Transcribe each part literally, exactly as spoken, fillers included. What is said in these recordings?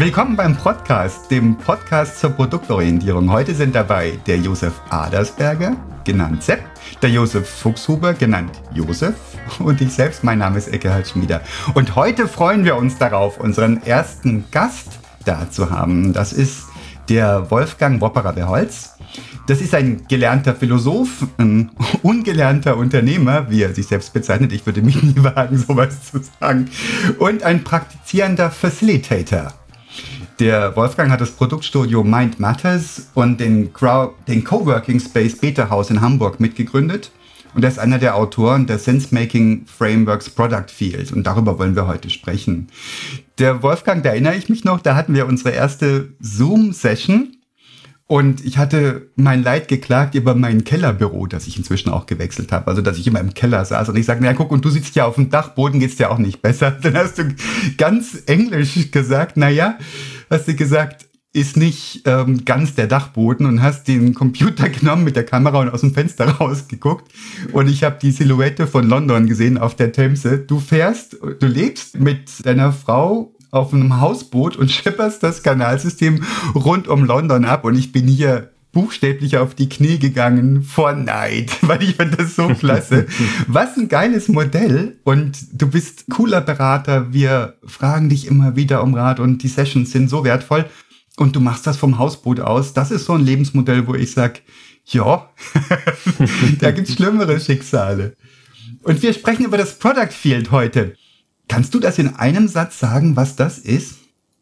Willkommen beim Podcast, dem Podcast zur Produktorientierung. Heute sind dabei der Josef Adersberger, genannt Sepp, der Josef Fuchshuber, genannt Josef, und ich selbst, mein Name ist Eckehard Schmieder. Und heute freuen wir uns darauf, unseren ersten Gast da zu haben. Das ist der Wolfgang Wopperer-Beholz. Das ist ein gelernter Philosoph, ein ungelernter Unternehmer, wie er sich selbst bezeichnet. Ich würde mich nie wagen, sowas zu sagen. Und ein praktizierender Facilitator. Der Wolfgang hat das Produktstudio Mind Matters und den, Crow- den Coworking Space Beta House in Hamburg mitgegründet. Und er ist einer der Autoren der Sense-Making Frameworks Product Field. Und darüber wollen wir heute sprechen. Der Wolfgang, da erinnere ich mich noch, da hatten wir unsere erste Zoom-Session. Und ich hatte mein Leid geklagt über mein Kellerbüro, das ich inzwischen auch gewechselt habe. Also, dass ich immer im Keller saß. Und ich sage, na guck, und du sitzt ja auf dem Dachboden, geht's dir auch nicht besser. Dann hast du ganz englisch gesagt, na ja, hast du gesagt, ist nicht ähm, ganz der Dachboden, und hast den Computer genommen mit der Kamera und aus dem Fenster rausgeguckt. Und ich habe die Silhouette von London gesehen auf der Themse. Du fährst, du lebst mit deiner Frau auf einem Hausboot und schipperst das Kanalsystem rund um London ab, und ich bin hier buchstäblich auf die Knie gegangen vor Neid, weil ich finde das so klasse. Was ein geiles Modell, und du bist cooler Berater, wir fragen dich immer wieder um Rat und die Sessions sind so wertvoll, und du machst das vom Hausboot aus. Das ist so ein Lebensmodell, wo ich sag, ja, da gibt's schlimmere Schicksale. Und wir sprechen über das Product Field heute. Kannst du das in einem Satz sagen, was das ist?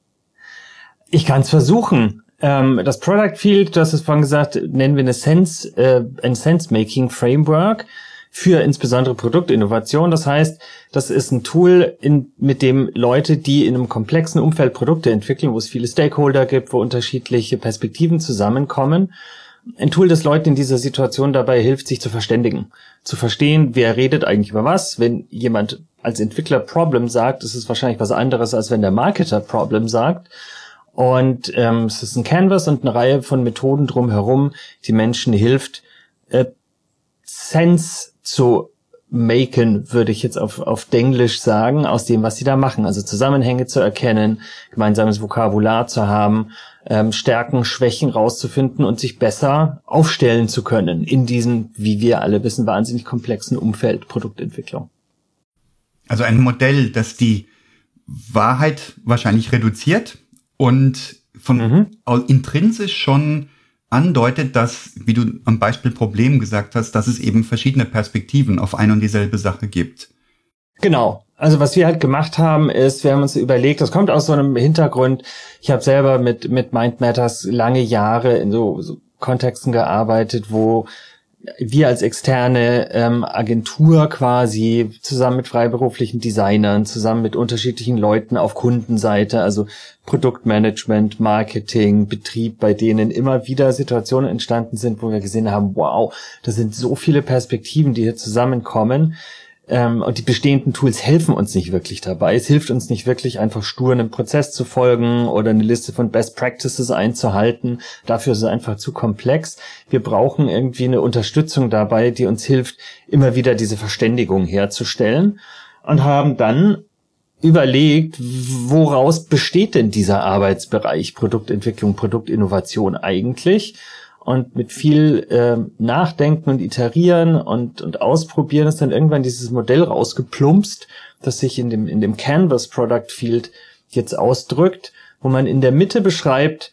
Ich kann es versuchen. Ähm, das Product Field, du hast es vorhin gesagt, nennen wir eine Sense, äh, ein Sense-Making Framework für insbesondere Produktinnovation. Das heißt, das ist ein Tool, in, mit dem Leute, die in einem komplexen Umfeld Produkte entwickeln, wo es viele Stakeholder gibt, wo unterschiedliche Perspektiven zusammenkommen, ein Tool, das Leuten in dieser Situation dabei hilft, sich zu verständigen, zu verstehen, wer redet eigentlich über was. Wenn jemand als Entwickler Problem sagt, ist es wahrscheinlich was anderes, als wenn der Marketer Problem sagt. Und ähm, es ist ein Canvas und eine Reihe von Methoden drumherum, die Menschen hilft, äh, Sense zu maken, würde ich jetzt auf, auf Denglisch sagen, aus dem, was sie da machen. Also Zusammenhänge zu erkennen, gemeinsames Vokabular zu haben, ähm, Stärken, Schwächen rauszufinden und sich besser aufstellen zu können in diesem, wie wir alle wissen, wahnsinnig komplexen Umfeld Produktentwicklung. Also ein Modell, das die Wahrheit wahrscheinlich reduziert und von mhm. intrinsisch schon andeutet, dass, wie du am Beispiel Problem gesagt hast, dass es eben verschiedene Perspektiven auf eine und dieselbe Sache gibt. Genau. Also was wir halt gemacht haben, ist, wir haben uns überlegt, das kommt aus so einem Hintergrund, ich habe selber mit mit Mind Matters lange Jahre in so, so Kontexten gearbeitet, wo wir als externe ähm, Agentur quasi zusammen mit freiberuflichen Designern, zusammen mit unterschiedlichen Leuten auf Kundenseite, also Produktmanagement, Marketing, Betrieb, bei denen immer wieder Situationen entstanden sind, wo wir gesehen haben, wow, das sind so viele Perspektiven, die hier zusammenkommen. Ähm, und die bestehenden Tools helfen uns nicht wirklich dabei. Es hilft uns nicht wirklich, einfach stur einem Prozess zu folgen oder eine Liste von Best Practices einzuhalten. Dafür ist es einfach zu komplex. Wir brauchen irgendwie eine Unterstützung dabei, die uns hilft, immer wieder diese Verständigung herzustellen, und haben dann überlegt, woraus besteht denn dieser Arbeitsbereich Produktentwicklung, Produktinnovation eigentlich? Und mit viel äh, Nachdenken und Iterieren und und Ausprobieren ist dann irgendwann dieses Modell rausgeplumpst, das sich in dem in dem Canvas Product Field jetzt ausdrückt, wo man in der Mitte beschreibt,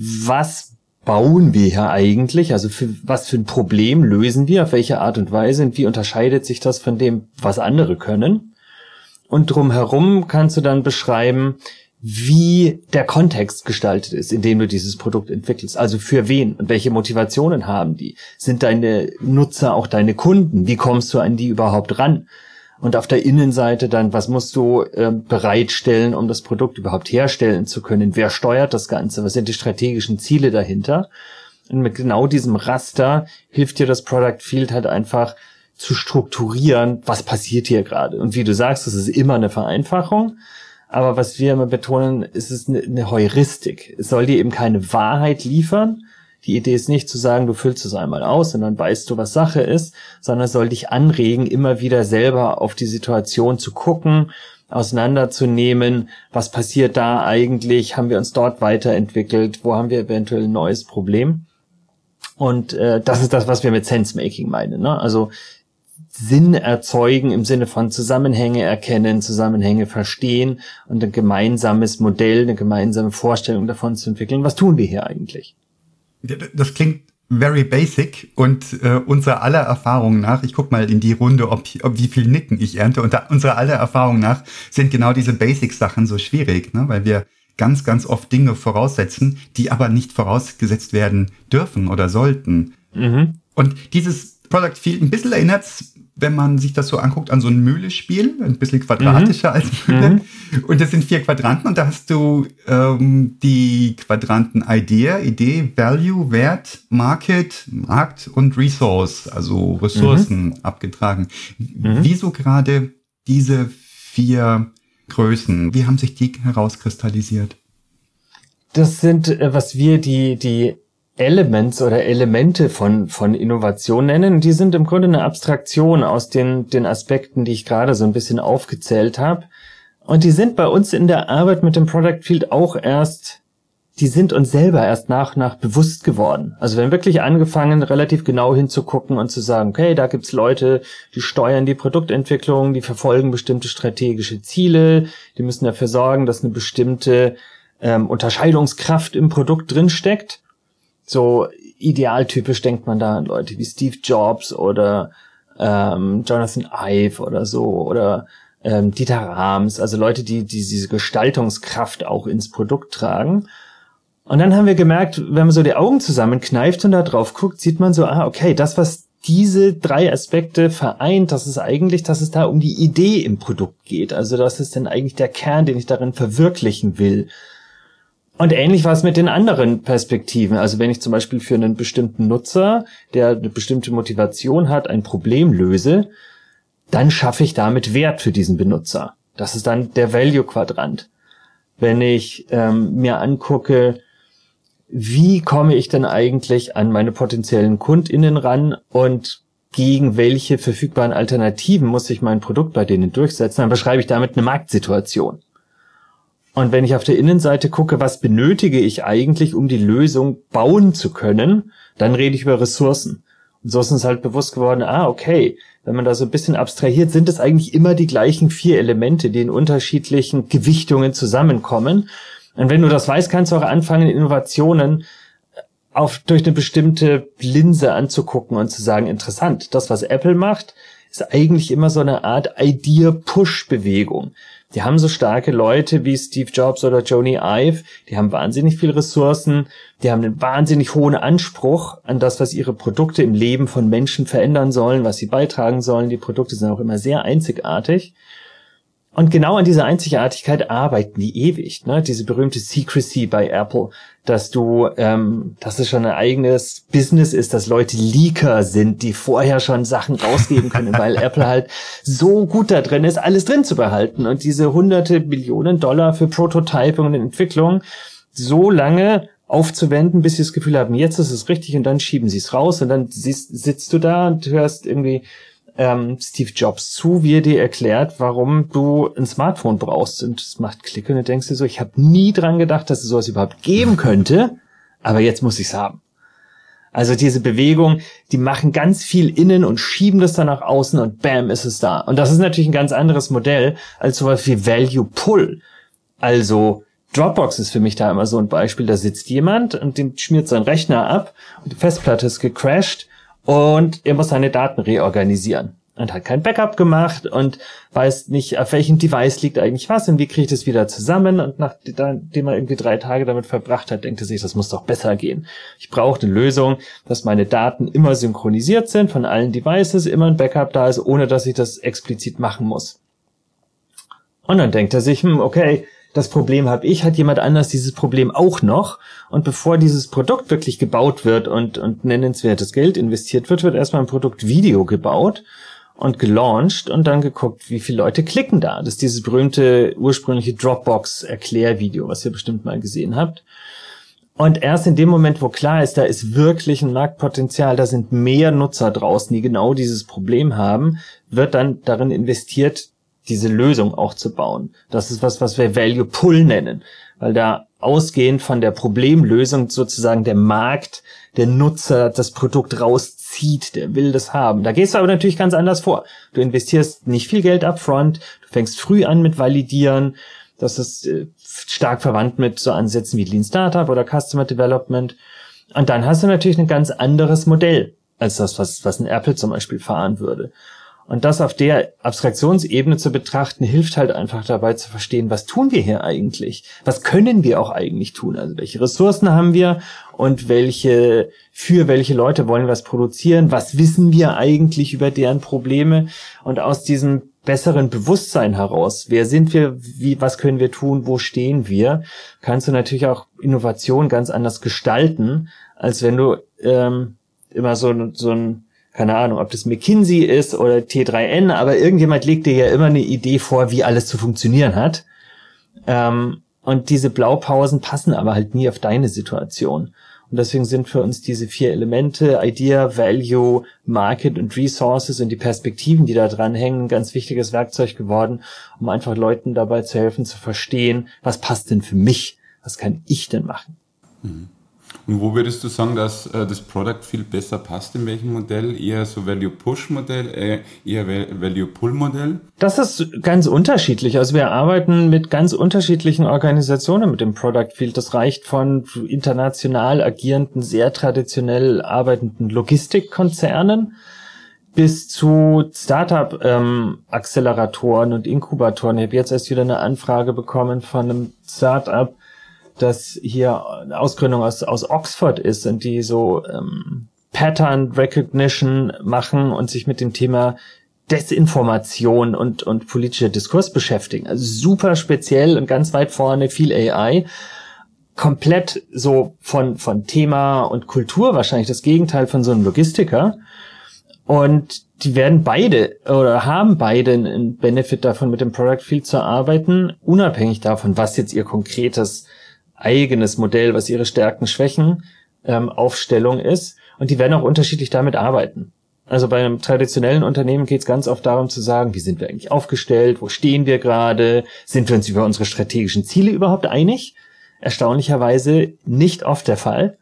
was bauen wir hier eigentlich, also für was für ein Problem lösen wir, auf welche Art und Weise, und wie unterscheidet sich das von dem, was andere können. Und drumherum kannst du dann beschreiben, wie der Kontext gestaltet ist, in dem du dieses Produkt entwickelst. Also für wen und welche Motivationen haben die? Sind deine Nutzer auch deine Kunden? Wie kommst du an die überhaupt ran? Und auf der Innenseite dann, was musst du äh, bereitstellen, um das Produkt überhaupt herstellen zu können? Wer steuert das Ganze? Was sind die strategischen Ziele dahinter? Und mit genau diesem Raster hilft dir das Product Field halt einfach zu strukturieren, was passiert hier gerade. Und wie du sagst, das ist immer eine Vereinfachung. Aber was wir immer betonen, ist es eine, eine Heuristik. Es soll dir eben keine Wahrheit liefern. Die Idee ist nicht zu sagen, du füllst es einmal aus und dann weißt du, was Sache ist, sondern es soll dich anregen, immer wieder selber auf die Situation zu gucken, auseinanderzunehmen, was passiert da eigentlich, haben wir uns dort weiterentwickelt, wo haben wir eventuell ein neues Problem. Und äh, das ist das, was wir mit Sense-Making meinen, ne? Also Sinn erzeugen im Sinne von Zusammenhänge erkennen, Zusammenhänge verstehen und ein gemeinsames Modell, eine gemeinsame Vorstellung davon zu entwickeln. Was tun wir hier eigentlich? Das klingt very basic und äh, unserer aller Erfahrung nach, ich guck mal in die Runde, ob, ob wie viel Nicken ich ernte, und da, unserer aller Erfahrung nach sind genau diese Basic-Sachen so schwierig, ne? Weil wir ganz, ganz oft Dinge voraussetzen, die aber nicht vorausgesetzt werden dürfen oder sollten. Mhm. Und dieses Product Field, ein bisschen erinnert's, wenn man sich das so anguckt, an so ein Mühle-Spiel, ein bisschen quadratischer mhm. als Mühle. Mhm. Und das sind vier Quadranten und da hast du ähm, die Quadranten Idea, Idee, Value, Wert, Market, Markt und Resource, also Ressourcen mhm. abgetragen. Mhm. Wieso gerade diese vier Größen? Wie haben sich die herauskristallisiert? Das sind, was wir die die Elements oder Elemente von von Innovation nennen. Die sind im Grunde eine Abstraktion aus den den Aspekten, die ich gerade so ein bisschen aufgezählt habe. Und die sind bei uns in der Arbeit mit dem Product Field auch erst, die sind uns selber erst nach und nach bewusst geworden. Also wir haben wirklich angefangen, relativ genau hinzugucken und zu sagen, okay, da gibt's Leute, die steuern die Produktentwicklung, die verfolgen bestimmte strategische Ziele, die müssen dafür sorgen, dass eine bestimmte ähm, Unterscheidungskraft im Produkt drin steckt. So idealtypisch denkt man da an Leute wie Steve Jobs oder ähm, Jonathan Ive oder so oder ähm, Dieter Rams, also Leute, die, die diese Gestaltungskraft auch ins Produkt tragen. Und dann haben wir gemerkt, wenn man so die Augen zusammenkneift und da drauf guckt, sieht man so, ah, okay, das, was diese drei Aspekte vereint, das ist eigentlich, dass es da um die Idee im Produkt geht. Also das ist dann eigentlich der Kern, den ich darin verwirklichen will. Und ähnlich war es mit den anderen Perspektiven. Also wenn ich zum Beispiel für einen bestimmten Nutzer, der eine bestimmte Motivation hat, ein Problem löse, dann schaffe ich damit Wert für diesen Benutzer. Das ist dann der Value-Quadrant. Wenn ich ähm, mir angucke, wie komme ich denn eigentlich an meine potenziellen KundInnen ran und gegen welche verfügbaren Alternativen muss ich mein Produkt bei denen durchsetzen, dann beschreibe ich damit eine Marktsituation. Und wenn ich auf der Innenseite gucke, was benötige ich eigentlich, um die Lösung bauen zu können, dann rede ich über Ressourcen. Und so ist uns halt bewusst geworden, ah, okay, wenn man da so ein bisschen abstrahiert, sind es eigentlich immer die gleichen vier Elemente, die in unterschiedlichen Gewichtungen zusammenkommen. Und wenn du das weißt, kannst du auch anfangen, Innovationen auf, durch eine bestimmte Linse anzugucken und zu sagen, interessant, das, was Apple macht, ist eigentlich immer so eine Art Idea-Push-Bewegung. Die haben so starke Leute wie Steve Jobs oder Jony Ive, die haben wahnsinnig viel Ressourcen, die haben einen wahnsinnig hohen Anspruch an das, was ihre Produkte im Leben von Menschen verändern sollen, was sie beitragen sollen. Die Produkte sind auch immer sehr einzigartig. Und genau an dieser Einzigartigkeit arbeiten die ewig, ne? Diese berühmte Secrecy bei Apple, dass du, ähm, dass es schon ein eigenes Business ist, dass Leute Leaker sind, die vorher schon Sachen rausgeben können, weil Apple halt so gut da drin ist, alles drin zu behalten und diese hunderte Millionen Dollar für Prototyping und Entwicklung so lange aufzuwenden, bis sie das Gefühl haben, jetzt ist es richtig, und dann schieben sie es raus und dann siehst, sitzt du da und hörst irgendwie Ähm, Steve Jobs zu, wie er dir erklärt, warum du ein Smartphone brauchst, und es macht Klick und du denkst dir so, ich habe nie dran gedacht, dass es sowas überhaupt geben könnte, aber jetzt muss ich's haben. Also diese Bewegung, die machen ganz viel innen und schieben das dann nach außen und bam, ist es da. Und das ist natürlich ein ganz anderes Modell als sowas wie Value Pull. Also Dropbox ist für mich da immer so ein Beispiel, da sitzt jemand und dem schmiert sein Rechner ab und die Festplatte ist gecrashed und er muss seine Daten reorganisieren und hat kein Backup gemacht und weiß nicht, auf welchem Device liegt eigentlich was und wie kriege ich das wieder zusammen. Und nachdem er irgendwie drei Tage damit verbracht hat, denkt er sich, das muss doch besser gehen. Ich brauche eine Lösung, dass meine Daten immer synchronisiert sind von allen Devices, immer ein Backup da ist, ohne dass ich das explizit machen muss. Und dann denkt er sich, hm, okay, das Problem habe ich, hat jemand anders dieses Problem auch noch. Und bevor dieses Produkt wirklich gebaut wird und, und nennenswertes Geld investiert wird, wird erstmal ein Produktvideo gebaut und gelauncht und dann geguckt, wie viele Leute klicken da. Das ist dieses berühmte ursprüngliche Dropbox-Erklärvideo, was ihr bestimmt mal gesehen habt. Und erst in dem Moment, wo klar ist, da ist wirklich ein Marktpotenzial, da sind mehr Nutzer draußen, die genau dieses Problem haben, wird dann darin investiert, diese Lösung auch zu bauen. Das ist was, was wir Value Pull nennen, weil da ausgehend von der Problemlösung sozusagen der Markt, der Nutzer das Produkt rauszieht, der will das haben. Da gehst du aber natürlich ganz anders vor. Du investierst nicht viel Geld upfront, du fängst früh an mit Validieren. Das ist äh, stark verwandt mit so Ansätzen wie Lean Startup oder Customer Development. Und dann hast du natürlich ein ganz anderes Modell als das, was, was ein Apple zum Beispiel fahren würde. Und das auf der Abstraktionsebene zu betrachten, hilft halt einfach dabei zu verstehen, was tun wir hier eigentlich? Was können wir auch eigentlich tun? Also welche Ressourcen haben wir und welche, für welche Leute wollen wir was produzieren? Was wissen wir eigentlich über deren Probleme? Und aus diesem besseren Bewusstsein heraus, wer sind wir, wie, was können wir tun, wo stehen wir, kannst du natürlich auch Innovation ganz anders gestalten, als wenn du ähm, immer so, so ein keine Ahnung, ob das McKinsey ist oder T drei N, aber irgendjemand legt dir ja immer eine Idee vor, wie alles zu funktionieren hat. Ähm, und diese Blaupausen passen aber halt nie auf deine Situation. Und deswegen sind für uns diese vier Elemente, Idea, Value, Market und Resources und die Perspektiven, die da dran hängen, ein ganz wichtiges Werkzeug geworden, um einfach Leuten dabei zu helfen, zu verstehen, was passt denn für mich? Was kann ich denn machen? Mhm. Und wo würdest du sagen, dass äh, das Product viel besser passt? In welchem Modell? Eher so Value-Push-Modell, äh, eher Value-Pull-Modell? Das ist ganz unterschiedlich. Also wir arbeiten mit ganz unterschiedlichen Organisationen mit dem Product Field. Das reicht von international agierenden, sehr traditionell arbeitenden Logistikkonzernen bis zu Startup-Acceleratoren ähm, und Inkubatoren. Ich habe jetzt erst wieder eine Anfrage bekommen von einem Startup, das hier eine Ausgründung aus, aus Oxford ist und die so ähm, Pattern Recognition machen und sich mit dem Thema Desinformation und, und politischer Diskurs beschäftigen. Also super speziell und ganz weit vorne, viel A I. Komplett so von, von Thema und Kultur wahrscheinlich das Gegenteil von so einem Logistiker. Und die werden beide oder haben beide einen Benefit davon, mit dem Product Field zu arbeiten, unabhängig davon, was jetzt ihr konkretes eigenes Modell, was ihre Stärken, Schwächen, ähm, Aufstellung ist. Und die werden auch unterschiedlich damit arbeiten. Also bei einem traditionellen Unternehmen geht es ganz oft darum zu sagen, wie sind wir eigentlich aufgestellt, wo stehen wir gerade, sind wir uns über unsere strategischen Ziele überhaupt einig? Erstaunlicherweise nicht oft der Fall.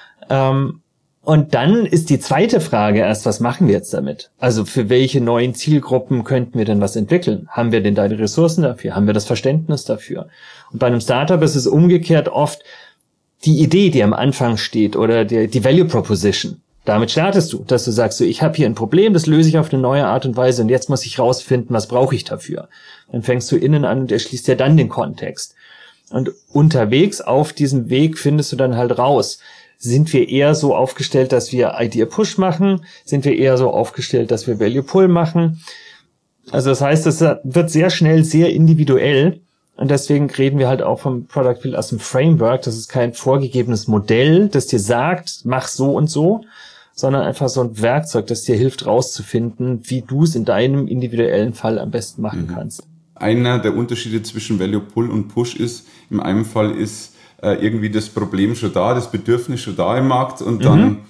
Ähm, und dann ist die zweite Frage erst, was machen wir jetzt damit? Also für welche neuen Zielgruppen könnten wir denn was entwickeln? Haben wir denn da die Ressourcen dafür? Haben wir das Verständnis dafür? Und bei einem Startup ist es umgekehrt oft die Idee, die am Anfang steht oder die, die Value Proposition. Damit startest du, dass du sagst, so, ich habe hier ein Problem, das löse ich auf eine neue Art und Weise und jetzt muss ich rausfinden, was brauche ich dafür. Dann fängst du innen an und erschließt ja dann den Kontext. Und unterwegs auf diesem Weg findest du dann halt raus, sind wir eher so aufgestellt, dass wir Idea Push machen? Sind wir eher so aufgestellt, dass wir Value Pull machen? Also das heißt, es wird sehr schnell sehr individuell und deswegen reden wir halt auch vom Product Field als ein Framework. Das ist kein vorgegebenes Modell, das dir sagt, mach so und so, sondern einfach so ein Werkzeug, das dir hilft rauszufinden, wie du es in deinem individuellen Fall am besten machen mhm. kannst. Einer der Unterschiede zwischen Value Pull und Push ist, im einen Fall ist irgendwie das Problem schon da, das Bedürfnis schon da im Markt und dann mhm.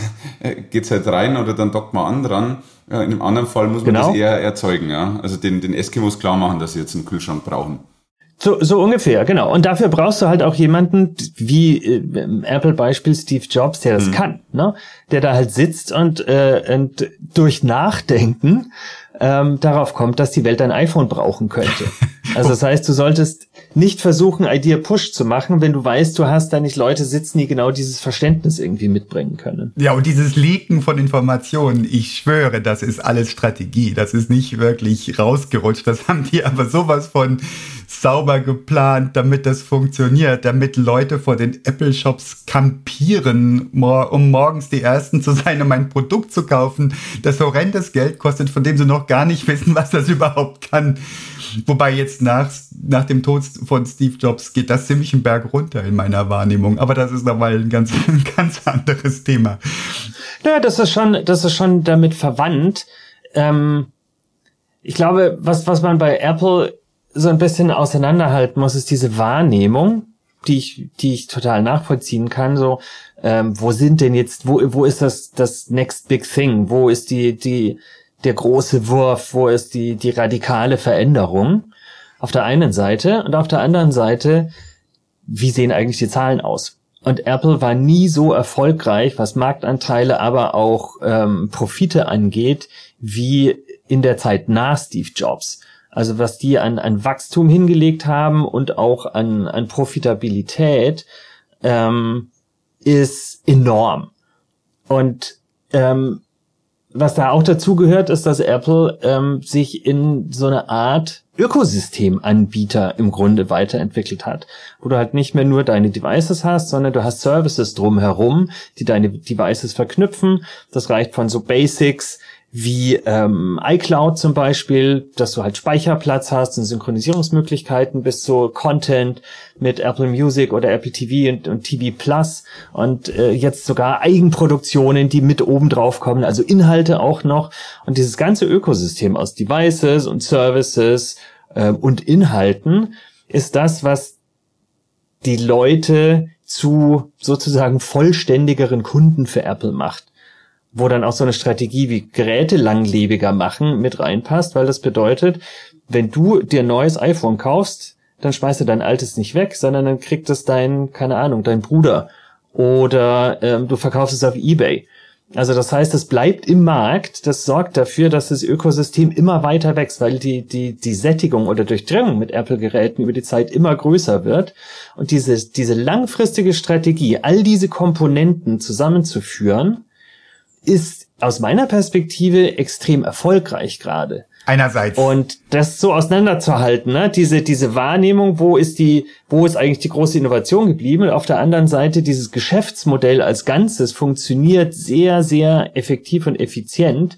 geht's halt rein oder dann dockt man an dran. In einem anderen Fall muss man genau. das eher erzeugen, ja. Also den, den Eskimos klar machen, dass sie jetzt einen Kühlschrank brauchen. So, so ungefähr, genau. Und dafür brauchst du halt auch jemanden, wie äh, im Apple-Beispiel Steve Jobs, der das mhm. kann, ne? Der da halt sitzt und, äh, und durch Nachdenken ähm, darauf kommt, dass die Welt ein iPhone brauchen könnte. Also das heißt, du solltest nicht versuchen, Idea Push zu machen, wenn du weißt, du hast da nicht Leute sitzen, die genau dieses Verständnis irgendwie mitbringen können. Ja, und dieses Leaken von Informationen, ich schwöre, das ist alles Strategie. Das ist nicht wirklich rausgerutscht. Das haben die aber sowas von sauber geplant, damit das funktioniert, damit Leute vor den Apple-Shops campieren, um morgens die Ersten zu sein, um ein Produkt zu kaufen, das horrendes Geld kostet, von dem sie noch gar nicht wissen, was das überhaupt kann. Wobei jetzt nach, nach dem Tod von Steve Jobs geht das ziemlich einen Berg runter in meiner Wahrnehmung. Aber das ist nochmal ein ganz, ein ganz anderes Thema. Ja, das ist schon, das ist schon damit verwandt. Ähm, ich glaube, was, was man bei Apple so ein bisschen auseinanderhalten muss, ist diese Wahrnehmung, die ich, die ich total nachvollziehen kann. So, ähm, wo sind denn jetzt, wo, wo ist das, das next big thing? Wo ist die, die, der große Wurf, wo ist die, die radikale Veränderung auf der einen Seite und auf der anderen Seite, wie sehen eigentlich die Zahlen aus? Und Apple war nie so erfolgreich, was Marktanteile, aber auch ähm, Profite angeht, wie in der Zeit nach Steve Jobs. Also was die an, an Wachstum hingelegt haben und auch an, an Profitabilität ähm, ist enorm. Und ähm, was da auch dazu gehört, ist, dass Apple ähm, sich in so eine Art Ökosystemanbieter im Grunde weiterentwickelt hat, wo du halt nicht mehr nur deine Devices hast, sondern du hast Services drumherum, die deine Devices verknüpfen. Das reicht von so Basics wie ähm, iCloud zum Beispiel, dass du halt Speicherplatz hast und Synchronisierungsmöglichkeiten bis zu Content mit Apple Music oder Apple T V und, und T V Plus und äh, jetzt sogar Eigenproduktionen, die mit oben drauf kommen, also Inhalte auch noch. Und dieses ganze Ökosystem aus Devices und Services äh, und Inhalten ist das, was die Leute zu sozusagen vollständigeren Kunden für Apple macht, wo dann auch so eine Strategie wie Geräte langlebiger machen mit reinpasst, weil das bedeutet, wenn du dir ein neues iPhone kaufst, dann schmeißt du dein altes nicht weg, sondern dann kriegt es dein, keine Ahnung, dein Bruder oder ähm, du verkaufst es auf eBay. Also das heißt, es bleibt im Markt, das sorgt dafür, dass das Ökosystem immer weiter wächst, weil die die die Sättigung oder Durchdringung mit Apple-Geräten über die Zeit immer größer wird und diese diese langfristige Strategie, all diese Komponenten zusammenzuführen, ist aus meiner Perspektive extrem erfolgreich gerade. Einerseits. Und das so auseinanderzuhalten, ne? Diese, diese Wahrnehmung, wo ist die, wo ist eigentlich die große Innovation geblieben? Und auf der anderen Seite dieses Geschäftsmodell als Ganzes funktioniert sehr, sehr effektiv und effizient.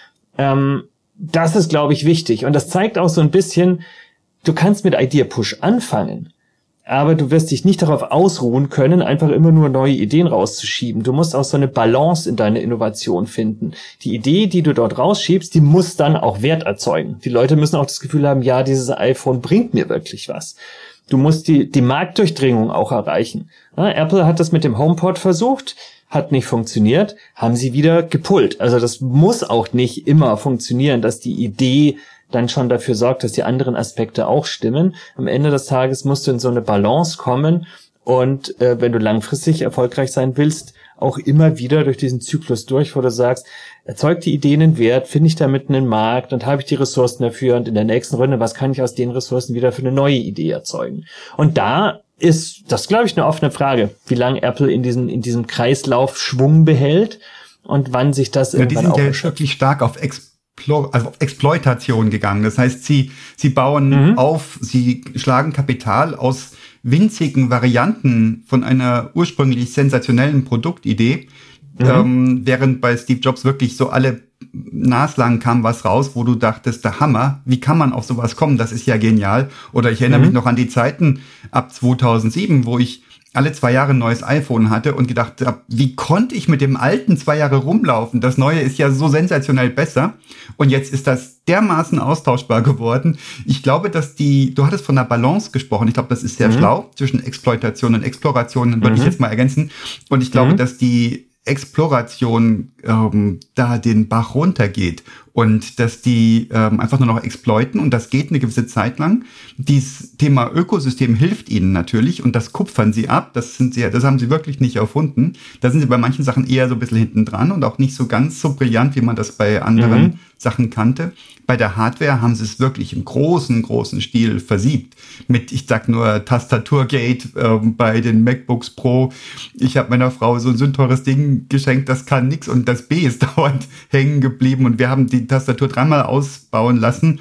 Ähm, das ist, glaube ich, wichtig. Und das zeigt auch so ein bisschen, du kannst mit Idea Push anfangen, aber du wirst dich nicht darauf ausruhen können, einfach immer nur neue Ideen rauszuschieben. Du musst auch so eine Balance in deiner Innovation finden. Die Idee, die du dort rausschiebst, die muss dann auch Wert erzeugen. Die Leute müssen auch das Gefühl haben, ja, dieses iPhone bringt mir wirklich was. Du musst die, die Marktdurchdringung auch erreichen. Ja, Apple hat das mit dem HomePod versucht, hat nicht funktioniert, haben sie wieder gepullt. Also das muss auch nicht immer funktionieren, dass die Idee dann schon dafür sorgt, dass die anderen Aspekte auch stimmen. Am Ende des Tages musst du in so eine Balance kommen und äh, wenn du langfristig erfolgreich sein willst, auch immer wieder durch diesen Zyklus durch, wo du sagst, erzeugt die Idee einen Wert, finde ich damit einen Markt und habe ich die Ressourcen dafür und in der nächsten Runde, was kann ich aus den Ressourcen wieder für eine neue Idee erzeugen? Und da ist das, glaube ich, eine offene Frage, wie lange Apple in diesem in diesem Kreislauf Schwung behält und wann sich das ja, irgendwann auch... Die sind ja wirklich stark auf Ex also auf Exploitation gegangen. Das heißt, sie, sie bauen mhm. auf, sie schlagen Kapital aus winzigen Varianten von einer ursprünglich sensationellen Produktidee, mhm. ähm, während bei Steve Jobs wirklich so alle naslang kam was raus, wo du dachtest, der Hammer, wie kann man auf sowas kommen? Das ist ja genial. Oder ich erinnere mhm. mich noch an die Zeiten ab zweitausendsieben, wo ich alle zwei Jahre ein neues iPhone hatte und gedacht habe, wie konnte ich mit dem alten zwei Jahre rumlaufen? Das neue ist ja so sensationell besser. Und jetzt ist das dermaßen austauschbar geworden. Ich glaube, dass die, du hattest von der Balance gesprochen. Ich glaube, das ist sehr mhm. schlau zwischen Exploitation und Exploration, würde mhm. ich jetzt mal ergänzen. Und ich glaube, mhm. dass die Exploration ähm, da den Bach runtergeht und dass die ähm, einfach nur noch exploiten und das geht eine gewisse Zeit lang. Dieses Thema Ökosystem hilft ihnen natürlich und das kupfern sie ab. Das sind sie, das haben sie wirklich nicht erfunden. Da sind sie bei manchen Sachen eher so ein bisschen hinten dran und auch nicht so ganz so brillant, wie man das bei anderen mhm. Sachen kannte. Bei der Hardware haben sie es wirklich im großen, großen Stil versiebt. Mit, ich sag nur, Tastaturgate äh, bei den MacBooks Pro. Ich habe meiner Frau so ein sündteures Ding geschenkt, das kann nix und das B ist dauernd hängen geblieben und wir haben die Tastatur dreimal ausbauen lassen.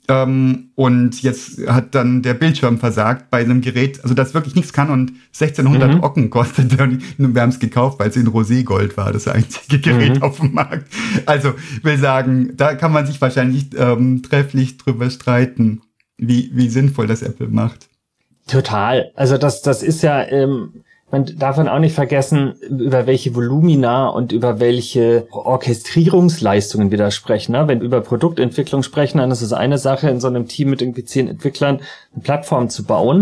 Ähm, und jetzt hat dann der Bildschirm versagt bei einem Gerät, also das wirklich nichts kann und sechzehnhundert mhm. Ocken kostet. Und wir haben es gekauft, weil es in Roségold war, das einzige Gerät mhm. auf dem Markt. Also will sagen, da kann man sich wahrscheinlich ähm, trefflich drüber streiten, wie wie sinnvoll das Apple macht. Total. Also das das ist ja, ähm, man darf man auch nicht vergessen, über welche Volumina und über welche Orchestrierungsleistungen wir da sprechen. Ne? Wenn wir über Produktentwicklung sprechen, dann ist es eine Sache, in so einem Team mit irgendwie zehn Entwicklern eine Plattform zu bauen.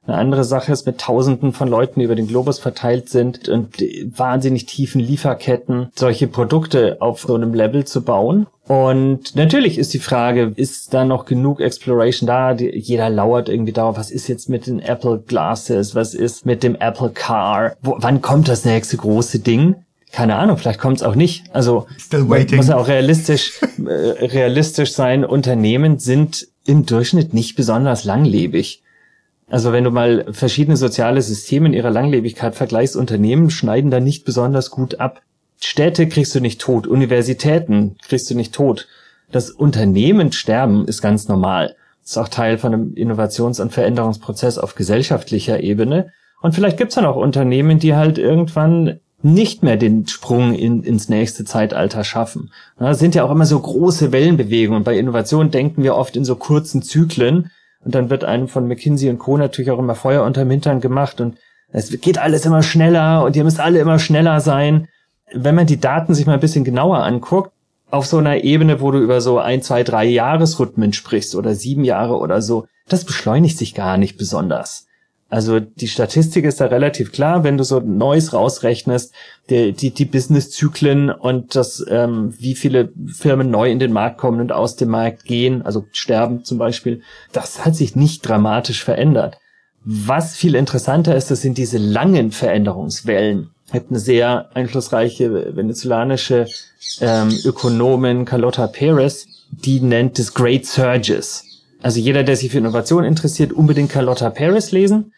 Eine andere Sache ist, mit Tausenden von Leuten, die über den Globus verteilt sind und wahnsinnig tiefen Lieferketten, solche Produkte auf so einem Level zu bauen. Und natürlich ist die Frage, ist da noch genug Exploration da? Die, jeder lauert irgendwie darauf, was ist jetzt mit den Apple Glasses? Was ist mit dem Apple Car? Wo, wann kommt das nächste große Ding? Keine Ahnung, vielleicht kommt es auch nicht. Also muss ja auch realistisch, äh, realistisch sein. Unternehmen sind im Durchschnitt nicht besonders langlebig. Also wenn du mal verschiedene soziale Systeme in ihrer Langlebigkeit vergleichst, Unternehmen schneiden da nicht besonders gut ab. Städte kriegst du nicht tot, Universitäten kriegst du nicht tot. Das Unternehmenssterben ist ganz normal. Das ist auch Teil von einem Innovations- und Veränderungsprozess auf gesellschaftlicher Ebene. Und vielleicht gibt's dann auch Unternehmen, die halt irgendwann nicht mehr den Sprung in, ins nächste Zeitalter schaffen. Das sind ja auch immer so große Wellenbewegungen. Bei Innovation denken wir oft in so kurzen Zyklen. Und dann wird einem von McKinsey und Co. natürlich auch immer Feuer unterm Hintern gemacht. Und es geht alles immer schneller und ihr müsst alle immer schneller sein. Wenn man die Daten sich mal ein bisschen genauer anguckt, auf so einer Ebene, wo du über so ein, zwei, drei Jahresrhythmen sprichst oder sieben Jahre oder so, das beschleunigt sich gar nicht besonders. Also die Statistik ist da relativ klar, wenn du so Neues rausrechnest, die, die, die Businesszyklen und das, ähm, wie viele Firmen neu in den Markt kommen und aus dem Markt gehen, also sterben zum Beispiel, das hat sich nicht dramatisch verändert. Was viel interessanter ist, das sind diese langen Veränderungswellen. Es gibt eine sehr einflussreiche venezolanische ähm, Ökonomin, Carlota Perez, die nennt es Great Surges. Also jeder, der sich für Innovation interessiert, unbedingt Carlota Perez lesen.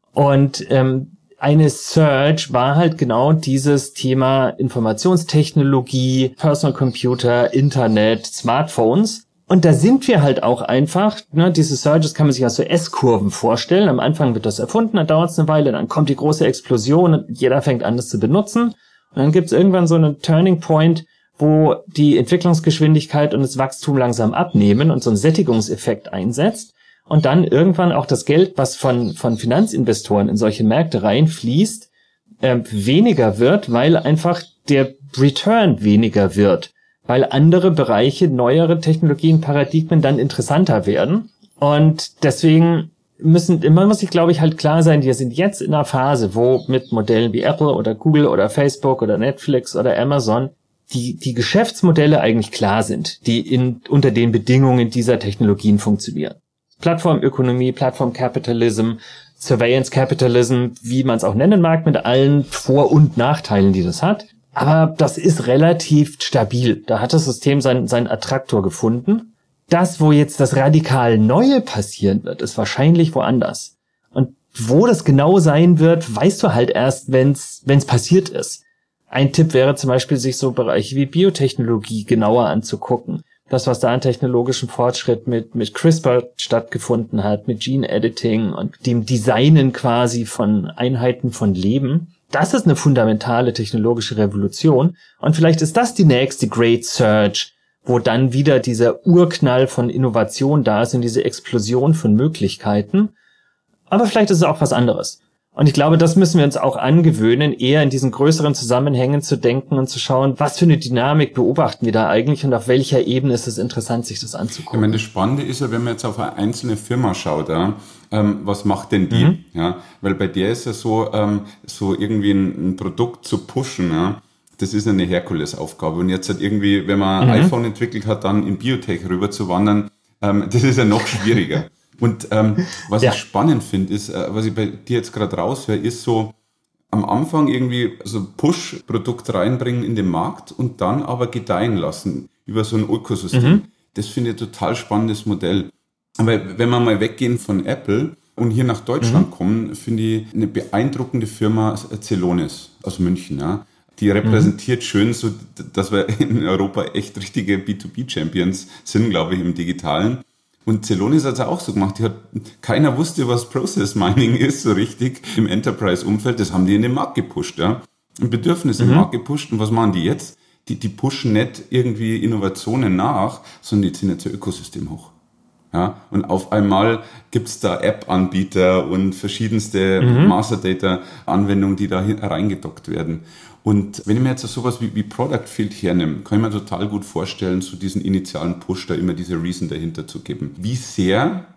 Und ähm, eine Surge war halt genau dieses Thema Informationstechnologie, Personal Computer, Internet, Smartphones. Und da sind wir halt auch einfach, ne, diese Surges kann man sich als so S-Kurven vorstellen. Am Anfang wird das erfunden, dann dauert es eine Weile, dann kommt die große Explosion und jeder fängt an, das zu benutzen. Und dann gibt es irgendwann so einen Turning Point, wo die Entwicklungsgeschwindigkeit und das Wachstum langsam abnehmen und so ein Sättigungseffekt einsetzt und dann irgendwann auch das Geld, was von von Finanzinvestoren in solche Märkte reinfließt, äh, weniger wird, weil einfach der Return weniger wird, weil andere Bereiche, neuere Technologien, Paradigmen dann interessanter werden. Und deswegen müssen, immer muss ich glaube ich halt klar sein, wir sind jetzt in einer Phase, wo mit Modellen wie Apple oder Google oder Facebook oder Netflix oder Amazon die die Geschäftsmodelle eigentlich klar sind, die in unter den Bedingungen dieser Technologien funktionieren. Plattformökonomie, Plattform-Capitalism, Surveillance Capitalism, wie man es auch nennen mag, mit allen Vor- und Nachteilen, die das hat. Aber das ist relativ stabil. Da hat das System seinen seinen Attraktor gefunden. Das, wo jetzt das radikal Neue passieren wird, ist wahrscheinlich woanders. Und wo das genau sein wird, weißt du halt erst, wenn's wenn's passiert ist. Ein Tipp wäre zum Beispiel, sich so Bereiche wie Biotechnologie genauer anzugucken. Das, was da an technologischem Fortschritt mit mit CRISPR stattgefunden hat, mit Gene Editing und dem Designen quasi von Einheiten von Leben. Das ist eine fundamentale technologische Revolution. Und vielleicht ist das die nächste Great Surge, wo dann wieder dieser Urknall von Innovation da ist und diese Explosion von Möglichkeiten. Aber vielleicht ist es auch was anderes. Und ich glaube, das müssen wir uns auch angewöhnen, eher in diesen größeren Zusammenhängen zu denken und zu schauen, was für eine Dynamik beobachten wir da eigentlich und auf welcher Ebene ist es interessant, sich das anzugucken. Ich meine, das Spannende ist ja, wenn man jetzt auf eine einzelne Firma schaut, ja, ähm, was macht denn die? Mhm. Ja, weil bei der ist ja so, ähm, so irgendwie ein, ein Produkt zu pushen, ja, das ist eine Herkulesaufgabe. Und jetzt halt irgendwie, wenn man ein mhm. iPhone entwickelt hat, dann in Biotech rüber zu wandern, ähm, das ist ja noch schwieriger. Und ähm, was ja. ich spannend finde, ist, äh, was ich bei dir jetzt gerade raushöre, ist so am Anfang irgendwie so Push-Produkt reinbringen in den Markt und dann aber gedeihen lassen über so ein Ökosystem. Mhm. Das finde ich ein total spannendes Modell. Aber wenn wir mal weggehen von Apple und hier nach Deutschland mhm. kommen, finde ich eine beeindruckende Firma Celonis aus München. Ja. Die repräsentiert mhm. schön so, dass wir in Europa echt richtige B zwei B-Champions sind, glaube ich, im Digitalen. Und Celonis hat es auch so gemacht. Die hat, keiner wusste, was Process Mining ist, so richtig im Enterprise-Umfeld. Das haben die in den Markt gepusht, ja. Ein Bedürfnis mhm. im Markt gepusht. Und was machen die jetzt? Die, die pushen nicht irgendwie Innovationen nach, sondern die ziehen jetzt ein Ökosystem hoch. Ja. Und auf einmal gibt's da App-Anbieter und verschiedenste mhm. Master-Data-Anwendungen, die da reingedockt werden. Und wenn ich mir jetzt sowas wie, wie Product Field hernehme, kann ich mir total gut vorstellen, so diesen initialen Push, da immer diese Reason dahinter zu geben. Wie sehr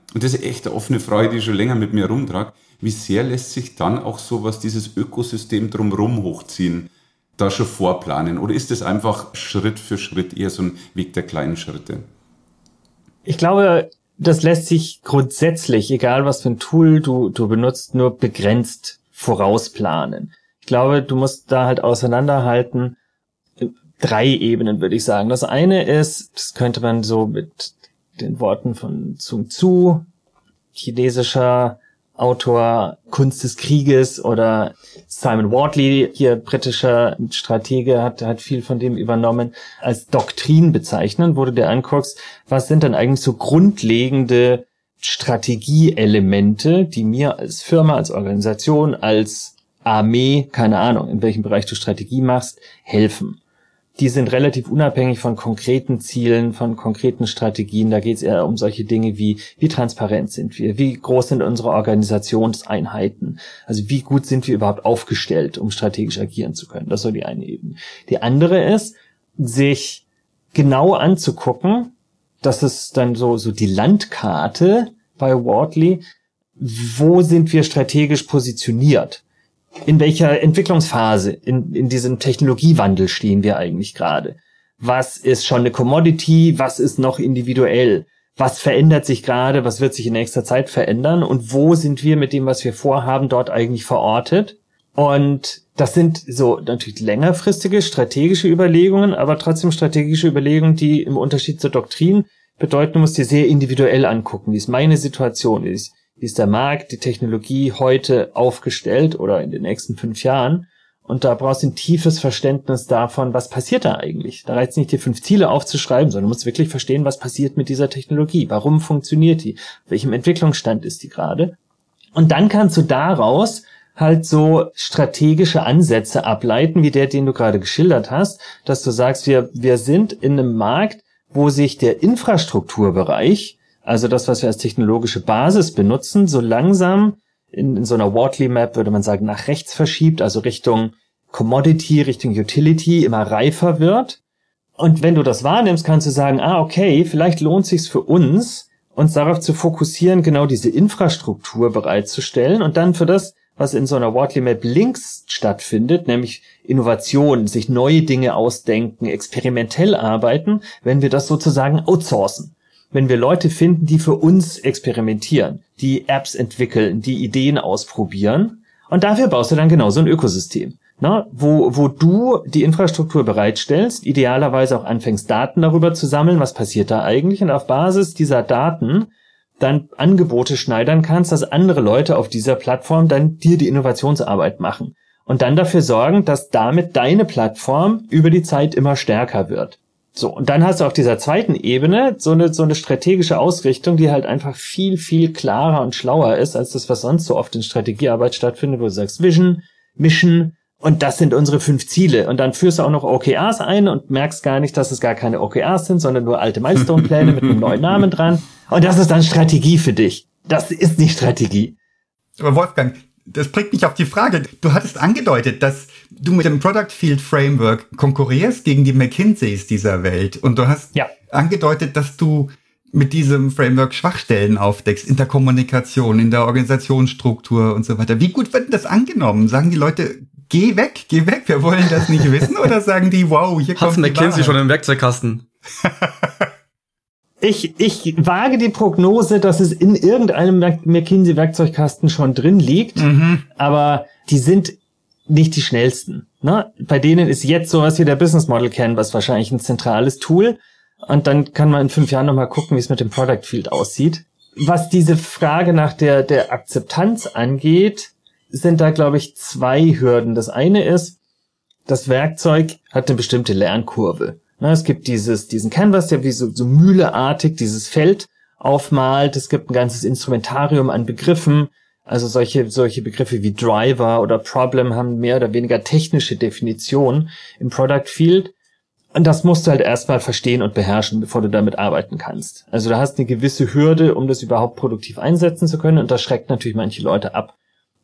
Und das ist echt eine offene Frage, die ich schon länger mit mir rumtrage. Wie sehr lässt sich dann auch sowas, dieses Ökosystem drumherum hochziehen, da schon vorplanen? Oder ist das einfach Schritt für Schritt eher so ein Weg der kleinen Schritte? Ich glaube, das lässt sich grundsätzlich, egal was für ein Tool du, du benutzt, nur begrenzt vorausplanen. Ich glaube, du musst da halt auseinanderhalten, drei Ebenen, würde ich sagen. Das eine ist, das könnte man so mit den Worten von Sun Tzu, chinesischer Autor, Kunst des Krieges, oder Simon Wardley, hier britischer Stratege, hat, hat viel von dem übernommen, als Doktrin bezeichnen, wo du dir anguckst, was sind dann eigentlich so grundlegende Strategieelemente, die mir als Firma, als Organisation, als Armee, keine Ahnung, in welchem Bereich du Strategie machst, helfen. Die sind relativ unabhängig von konkreten Zielen, von konkreten Strategien. Da geht es eher um solche Dinge wie, wie transparent sind wir, wie groß sind unsere Organisationseinheiten, also wie gut sind wir überhaupt aufgestellt, um strategisch agieren zu können. Das ist so die eine Ebene. Die andere ist, sich genau anzugucken, das ist dann so, so die Landkarte bei Wardley, wo sind wir strategisch positioniert? In welcher Entwicklungsphase in, in diesem Technologiewandel stehen wir eigentlich gerade? Was ist schon eine Commodity? Was ist noch individuell? Was verändert sich gerade? Was wird sich in nächster Zeit verändern? Und wo sind wir mit dem, was wir vorhaben, dort eigentlich verortet? Und das sind so natürlich längerfristige strategische Überlegungen, aber trotzdem strategische Überlegungen, die im Unterschied zur Doktrin bedeuten, du musst dir sehr individuell angucken. Wie ist meine Situation? Wie ist Wie ist der Markt, die Technologie heute aufgestellt oder in den nächsten fünf Jahren? Und da brauchst du ein tiefes Verständnis davon, was passiert da eigentlich. Da reicht es nicht, dir fünf Ziele aufzuschreiben, sondern du musst wirklich verstehen, was passiert mit dieser Technologie. Warum funktioniert die? Auf welchem Entwicklungsstand ist die gerade? Und dann kannst du daraus halt so strategische Ansätze ableiten, wie der, den du gerade geschildert hast, dass du sagst, wir, wir sind in einem Markt, wo sich der Infrastrukturbereich, also das, was wir als technologische Basis benutzen, so langsam in, in so einer Wardley-Map, würde man sagen, nach rechts verschiebt, also Richtung Commodity, Richtung Utility, immer reifer wird. Und wenn du das wahrnimmst, kannst du sagen, ah, okay, vielleicht lohnt es sich für uns, uns darauf zu fokussieren, genau diese Infrastruktur bereitzustellen und dann für das, was in so einer Wardley-Map links stattfindet, nämlich Innovation, sich neue Dinge ausdenken, experimentell arbeiten, wenn wir das sozusagen outsourcen. Wenn wir Leute finden, die für uns experimentieren, die Apps entwickeln, die Ideen ausprobieren. Und dafür baust du dann genauso ein Ökosystem, ne? wo, wo du die Infrastruktur bereitstellst, idealerweise auch anfängst, Daten darüber zu sammeln, was passiert da eigentlich, und auf Basis dieser Daten dann Angebote schneidern kannst, dass andere Leute auf dieser Plattform dann dir die Innovationsarbeit machen. Und dann dafür sorgen, dass damit deine Plattform über die Zeit immer stärker wird. So, und dann hast du auf dieser zweiten Ebene so eine, so eine strategische Ausrichtung, die halt einfach viel, viel klarer und schlauer ist, als das, was sonst so oft in Strategiearbeit stattfindet, wo du sagst Vision, Mission, und das sind unsere fünf Ziele. Und dann führst du auch noch O K Rs ein und merkst gar nicht, dass es gar keine O K Rs sind, sondern nur alte Milestone-Pläne mit einem neuen Namen dran. Und das ist dann Strategie für dich. Das ist nicht Strategie. Aber Wolfgang, das bringt mich auf die Frage. Du hattest angedeutet, dass du mit dem Product Field Framework konkurrierst gegen die McKinseys dieser Welt. Und du hast ja angedeutet, dass du mit diesem Framework Schwachstellen aufdeckst in der Kommunikation, in der Organisationsstruktur und so weiter. Wie gut wird denn das angenommen? Sagen die Leute, geh weg, geh weg, wir wollen das nicht wissen? Oder sagen die, wow, hier kommt die Wahrheit? Hat's McKinsey schon im Werkzeugkasten? Ich, ich wage die Prognose, dass es in irgendeinem McKinsey-Werkzeugkasten schon drin liegt, mhm. aber die sind nicht die schnellsten. Ne? Bei denen ist jetzt sowas wie der Business Model Canvas wahrscheinlich ein zentrales Tool, und dann kann man in fünf Jahren nochmal gucken, wie es mit dem Product Field aussieht. Was diese Frage nach der, der Akzeptanz angeht, sind da, glaube ich, zwei Hürden. Das eine ist, das Werkzeug hat eine bestimmte Lernkurve. Es gibt dieses, diesen Canvas, der wie so, so mühleartig dieses Feld aufmalt. Es gibt ein ganzes Instrumentarium an Begriffen. Also solche, solche Begriffe wie Driver oder Problem haben mehr oder weniger technische Definitionen im Product Field. Und das musst du halt erstmal verstehen und beherrschen, bevor du damit arbeiten kannst. Also du hast eine gewisse Hürde, um das überhaupt produktiv einsetzen zu können. Und das schreckt natürlich manche Leute ab.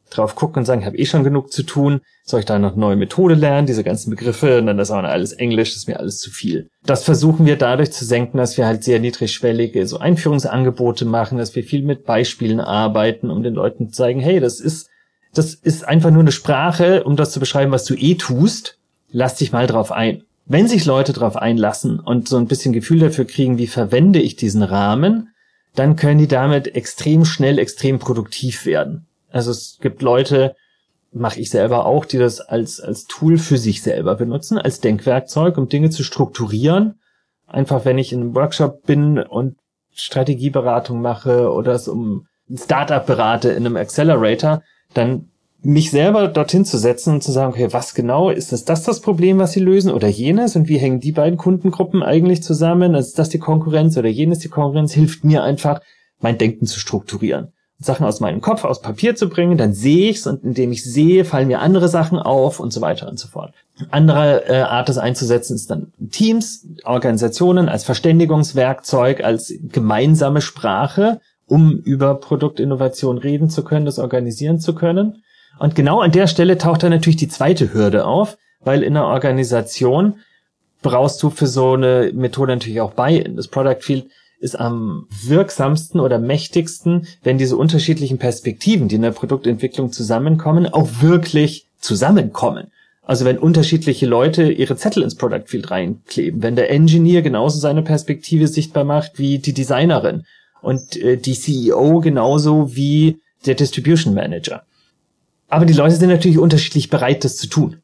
drauf gucken und sagen, ich habe eh schon genug zu tun, soll ich da noch neue Methode lernen, diese ganzen Begriffe, und dann ist auch noch alles Englisch, das ist mir alles zu viel. Das versuchen wir dadurch zu senken, dass wir halt sehr niedrigschwellige so Einführungsangebote machen, dass wir viel mit Beispielen arbeiten, um den Leuten zu zeigen, hey, das ist das ist einfach nur eine Sprache, um das zu beschreiben, was du eh tust. Lass dich mal drauf ein. Wenn sich Leute drauf einlassen und so ein bisschen Gefühl dafür kriegen, wie verwende ich diesen Rahmen, dann können die damit extrem schnell, extrem produktiv werden. Also es gibt Leute, mache ich selber auch, die das als als Tool für sich selber benutzen, als Denkwerkzeug, um Dinge zu strukturieren. Einfach, wenn ich in einem Workshop bin und Strategieberatung mache oder es um ein Startup berate in einem Accelerator, dann mich selber dorthin zu setzen und zu sagen, okay, was genau, ist das das, das Problem, was sie lösen oder jenes, und wie hängen die beiden Kundengruppen eigentlich zusammen, ist das die Konkurrenz oder jenes die Konkurrenz, hilft mir einfach, mein Denken zu strukturieren. Sachen aus meinem Kopf, aus Papier zu bringen, dann sehe ich's, und indem ich sehe, fallen mir andere Sachen auf und so weiter und so fort. Andere äh, Art, das einzusetzen, ist dann Teams, Organisationen als Verständigungswerkzeug, als gemeinsame Sprache, um über Produktinnovation reden zu können, das organisieren zu können. Und genau an der Stelle taucht dann natürlich die zweite Hürde auf, weil in einer Organisation brauchst du für so eine Methode natürlich auch Buy-in. Das Product Field ist am wirksamsten oder mächtigsten, wenn diese unterschiedlichen Perspektiven, die in der Produktentwicklung zusammenkommen, auch wirklich zusammenkommen. Also wenn unterschiedliche Leute ihre Zettel ins Product Field reinkleben, wenn der Engineer genauso seine Perspektive sichtbar macht wie die Designerin und äh, die C E O genauso wie der Distribution Manager. Aber die Leute sind natürlich unterschiedlich bereit, das zu tun.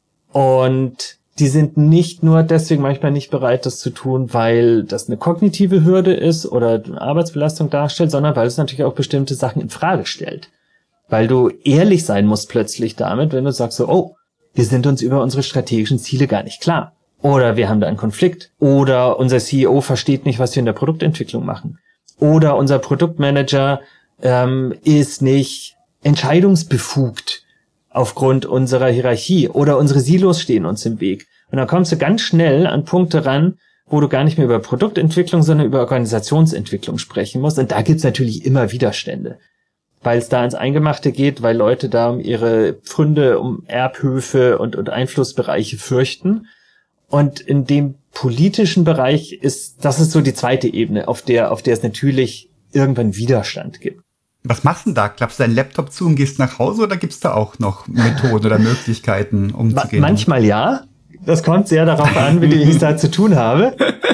Und die sind nicht nur deswegen manchmal nicht bereit, das zu tun, weil das eine kognitive Hürde ist oder eine Arbeitsbelastung darstellt, sondern weil es natürlich auch bestimmte Sachen in Frage stellt. Weil du ehrlich sein musst plötzlich damit, wenn du sagst so, oh, wir sind uns über unsere strategischen Ziele gar nicht klar. Oder wir haben da einen Konflikt. Oder unser C E O versteht nicht, was wir in der Produktentwicklung machen. Oder unser Produktmanager ähm, ist nicht entscheidungsbefugt aufgrund unserer Hierarchie. Oder unsere Silos stehen uns im Weg. Und dann kommst du ganz schnell an Punkte ran, wo du gar nicht mehr über Produktentwicklung, sondern über Organisationsentwicklung sprechen musst. Und da gibt's natürlich immer Widerstände. Weil es da ins Eingemachte geht, weil Leute da um ihre Pfründe, um Erbhöfe und, und Einflussbereiche fürchten. Und in dem politischen Bereich ist, das ist so die zweite Ebene, auf der, auf der es natürlich irgendwann Widerstand gibt. Was machst du denn da? Klappst du deinen Laptop zu und gehst nach Hause, oder gibt's da auch noch Methoden oder Möglichkeiten, umzugehen? Manchmal ja. Das kommt sehr darauf an, wie ich es da zu tun habe.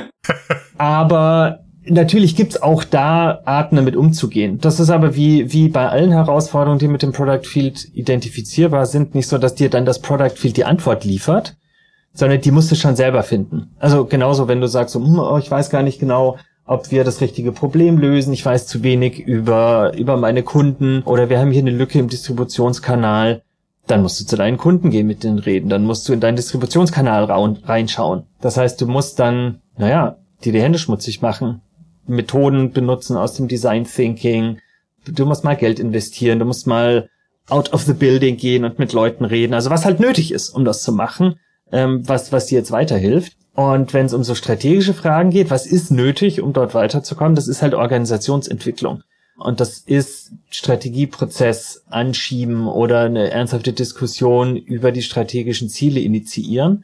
Aber natürlich gibt's auch da Arten, damit umzugehen. Das ist aber wie wie bei allen Herausforderungen, die mit dem Product Field identifizierbar sind, nicht so, dass dir dann das Product Field die Antwort liefert, sondern die musst du schon selber finden. Also genauso, wenn du sagst, so, hm, oh, ich weiß gar nicht genau, ob wir das richtige Problem lösen, ich weiß zu wenig über über meine Kunden, oder wir haben hier eine Lücke im Distributionskanal, dann musst du zu deinen Kunden gehen, mit denen reden, dann musst du in deinen Distributionskanal reinschauen. Das heißt, du musst dann, naja, dir die Hände schmutzig machen, Methoden benutzen aus dem Design Thinking, du musst mal Geld investieren, du musst mal out of the building gehen und mit Leuten reden, also was halt nötig ist, um das zu machen, ähm, was was dir jetzt weiterhilft. Und wenn es um so strategische Fragen geht, was ist nötig, um dort weiterzukommen, das ist halt Organisationsentwicklung. Und das ist Strategieprozess anschieben oder eine ernsthafte Diskussion über die strategischen Ziele initiieren.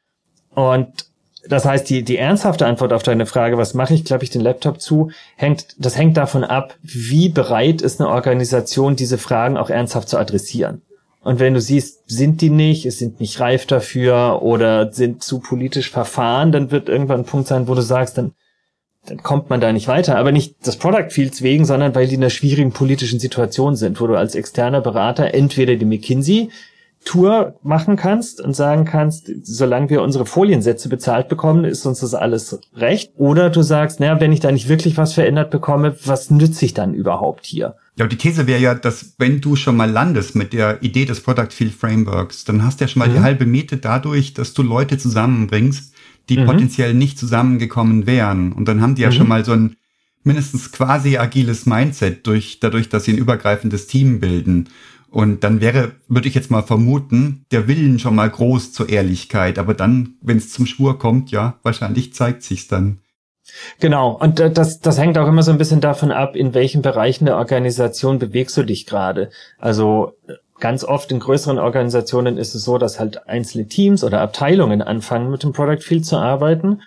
Und das heißt, die die ernsthafte Antwort auf deine Frage, was mache ich, klappe ich den Laptop zu, hängt das hängt davon ab, wie bereit ist eine Organisation, diese Fragen auch ernsthaft zu adressieren. Und wenn du siehst, sind die nicht, es sind nicht reif dafür oder sind zu politisch verfahren, dann wird irgendwann ein Punkt sein, wo du sagst, dann dann kommt man da nicht weiter. Aber nicht des Product Fields wegen, sondern weil die in einer schwierigen politischen Situation sind, wo du als externer Berater entweder die McKinsey-Tour machen kannst und sagen kannst, solange wir unsere Foliensätze bezahlt bekommen, ist uns das alles recht. Oder du sagst, naja, wenn ich da nicht wirklich was verändert bekomme, was nütze ich dann überhaupt hier? Ja, und die These wäre ja, dass wenn du schon mal landest mit der Idee des Product Field Frameworks, dann hast du ja schon mal mhm. die halbe Miete dadurch, dass du Leute zusammenbringst, die mhm. potenziell nicht zusammengekommen wären. Und dann haben die ja mhm. schon mal so ein mindestens quasi agiles Mindset durch, dadurch, dass sie ein übergreifendes Team bilden. Und dann wäre, würde ich jetzt mal vermuten, der Willen schon mal groß zur Ehrlichkeit. Aber dann, wenn es zum Schwur kommt, ja, wahrscheinlich zeigt sich's dann. Genau, und das das hängt auch immer so ein bisschen davon ab, in welchen Bereichen der Organisation bewegst du dich gerade. Also Ganz oft in größeren Organisationen ist es so, dass halt einzelne Teams oder Abteilungen anfangen, mit dem Product Field zu arbeiten.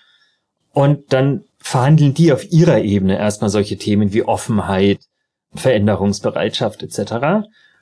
Und dann verhandeln die auf ihrer Ebene erstmal solche Themen wie Offenheit, Veränderungsbereitschaft et cetera.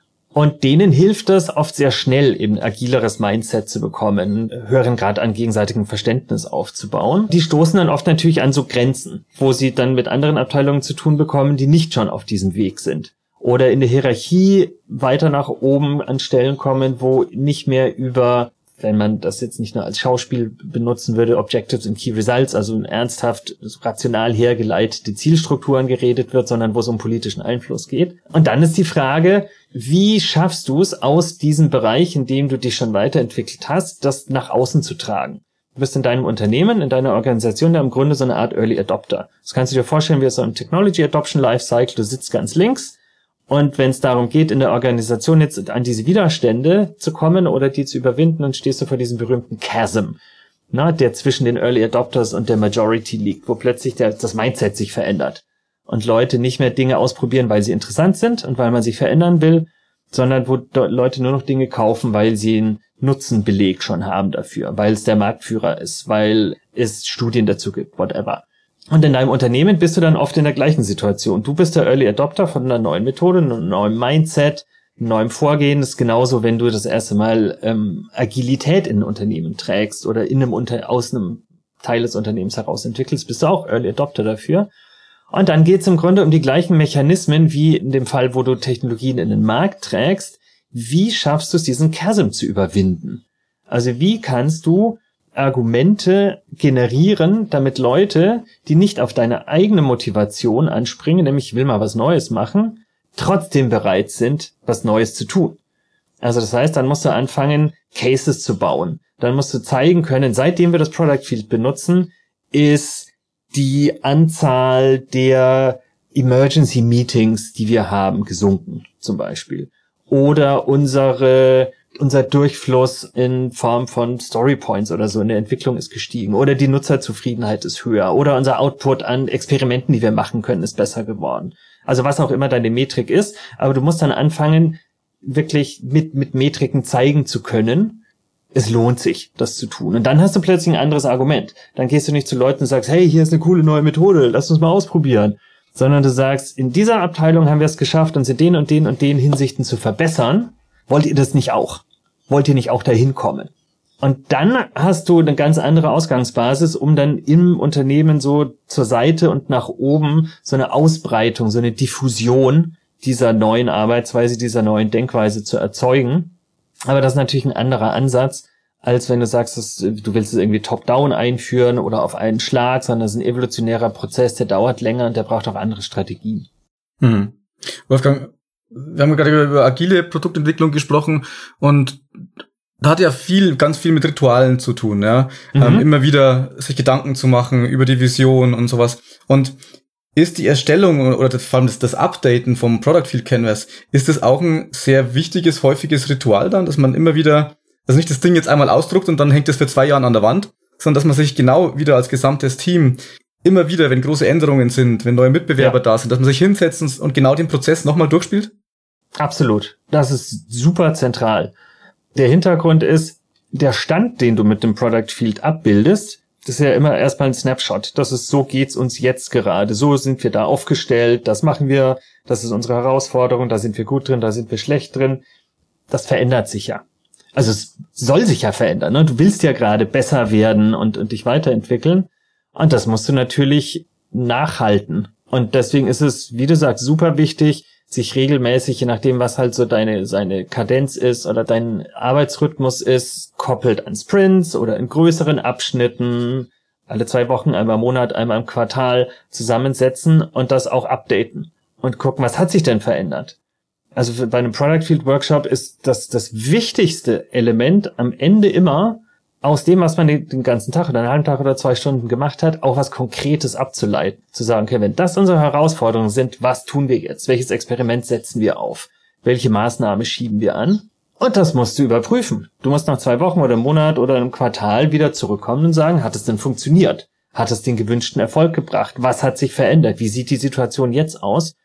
Und denen hilft es oft sehr schnell, eben ein agileres Mindset zu bekommen, höheren Grad an gegenseitigem Verständnis aufzubauen. Die stoßen dann oft natürlich an so Grenzen, wo sie dann mit anderen Abteilungen zu tun bekommen, die nicht schon auf diesem Weg sind. Oder in der Hierarchie weiter nach oben an Stellen kommen, wo nicht mehr über, wenn man das jetzt nicht nur als Schauspiel benutzen würde, Objectives and Key Results, also ernsthaft rational hergeleitete Zielstrukturen geredet wird, sondern wo es um politischen Einfluss geht. Und dann ist die Frage, wie schaffst du es aus diesem Bereich, in dem du dich schon weiterentwickelt hast, das nach außen zu tragen? Du bist in deinem Unternehmen, in deiner Organisation ja im Grunde so eine Art Early Adopter. Das kannst du dir vorstellen wie so ein Technology Adoption Lifecycle. Du sitzt ganz links. Und wenn es darum geht, in der Organisation jetzt an diese Widerstände zu kommen oder die zu überwinden, dann stehst du vor diesem berühmten Chasm, na, der zwischen den Early Adopters und der Majority liegt, wo plötzlich der, das Mindset sich verändert und Leute nicht mehr Dinge ausprobieren, weil sie interessant sind und weil man sich verändern will, sondern wo Leute nur noch Dinge kaufen, weil sie einen Nutzenbeleg schon haben dafür, weil es der Marktführer ist, weil es Studien dazu gibt, whatever. Und in deinem Unternehmen bist du dann oft in der gleichen Situation. Du bist der Early Adopter von einer neuen Methode, einem neuen Mindset, einem neuen Vorgehen. Das ist genauso, wenn du das erste Mal ähm, Agilität in ein Unternehmen trägst oder in einem Unter- aus einem Teil des Unternehmens heraus entwickelst, bist du auch Early Adopter dafür. Und dann geht es im Grunde um die gleichen Mechanismen wie in dem Fall, wo du Technologien in den Markt trägst. Wie schaffst du es, diesen Chasm zu überwinden? Also wie kannst du Argumente generieren, damit Leute, die nicht auf deine eigene Motivation anspringen, nämlich ich will mal was Neues machen, trotzdem bereit sind, was Neues zu tun. Also das heißt, dann musst du anfangen, Cases zu bauen. Dann musst du zeigen können, seitdem wir das Product Field benutzen, ist die Anzahl der Emergency Meetings, die wir haben, gesunken, zum Beispiel. Oder unsere unser Durchfluss in Form von Story Points oder so in der Entwicklung ist gestiegen oder die Nutzerzufriedenheit ist höher oder unser Output an Experimenten, die wir machen können, ist besser geworden. Also was auch immer deine Metrik ist, aber du musst dann anfangen, wirklich mit mit Metriken zeigen zu können, es lohnt sich, das zu tun. Und dann hast du plötzlich ein anderes Argument. Dann gehst du nicht zu Leuten und sagst, hey, hier ist eine coole neue Methode, lass uns mal ausprobieren. Sondern du sagst, in dieser Abteilung haben wir es geschafft, uns in den und den und den Hinsichten zu verbessern. Wollt ihr das nicht auch? Wollt ihr nicht auch dahin kommen? Und dann hast du eine ganz andere Ausgangsbasis, um dann im Unternehmen so zur Seite und nach oben so eine Ausbreitung, so eine Diffusion dieser neuen Arbeitsweise, dieser neuen Denkweise zu erzeugen. Aber das ist natürlich ein anderer Ansatz, als wenn du sagst, dass du willst es irgendwie top-down einführen oder auf einen Schlag, sondern es ist ein evolutionärer Prozess, der dauert länger und der braucht auch andere Strategien. Hm. Wolfgang, wir haben gerade über agile Produktentwicklung gesprochen und da hat ja viel, ganz viel mit Ritualen zu tun, ja. Mhm. Ähm, immer wieder sich Gedanken zu machen über die Vision und sowas. Und ist die Erstellung oder das, vor allem das, das Updaten vom Product Field Canvas, ist das auch ein sehr wichtiges, häufiges Ritual dann, dass man immer wieder, also nicht das Ding jetzt einmal ausdruckt und dann hängt es für zwei Jahre an der Wand, sondern dass man sich genau wieder als gesamtes Team immer wieder, wenn große Änderungen sind, wenn neue Mitbewerber ja. da sind, dass man sich hinsetzt und genau den Prozess nochmal durchspielt? Absolut. Das ist super zentral. Der Hintergrund ist, der Stand, den du mit dem Product Field abbildest, das ist ja immer erstmal ein Snapshot. Das ist, so geht's uns jetzt gerade. So sind wir da aufgestellt. Das machen wir. Das ist unsere Herausforderung. Da sind wir gut drin. Da sind wir schlecht drin. Das verändert sich ja. Also es soll sich ja verändern, ne? Du willst ja gerade besser werden und, und dich weiterentwickeln. Und das musst du natürlich nachhalten. Und deswegen ist es, wie du sagst, super wichtig, sich regelmäßig, je nachdem, was halt so deine seine Kadenz ist oder dein Arbeitsrhythmus ist, koppelt an Sprints oder in größeren Abschnitten, alle zwei Wochen, einmal im Monat, einmal im Quartal zusammensetzen und das auch updaten und gucken, was hat sich denn verändert. Also bei einem Product Field Workshop ist das das wichtigste Element am Ende immer, aus dem, was man den, den ganzen Tag oder einen halben Tag oder zwei Stunden gemacht hat, auch was Konkretes abzuleiten. Zu sagen, okay, wenn das unsere Herausforderungen sind, was tun wir jetzt? Welches Experiment setzen wir auf? Welche Maßnahme schieben wir an? Und das musst du überprüfen. Du musst nach zwei Wochen oder einem Monat oder einem Quartal wieder zurückkommen und sagen, hat es denn funktioniert? Hat es den gewünschten Erfolg gebracht? Was hat sich verändert? Wie sieht die Situation jetzt aus?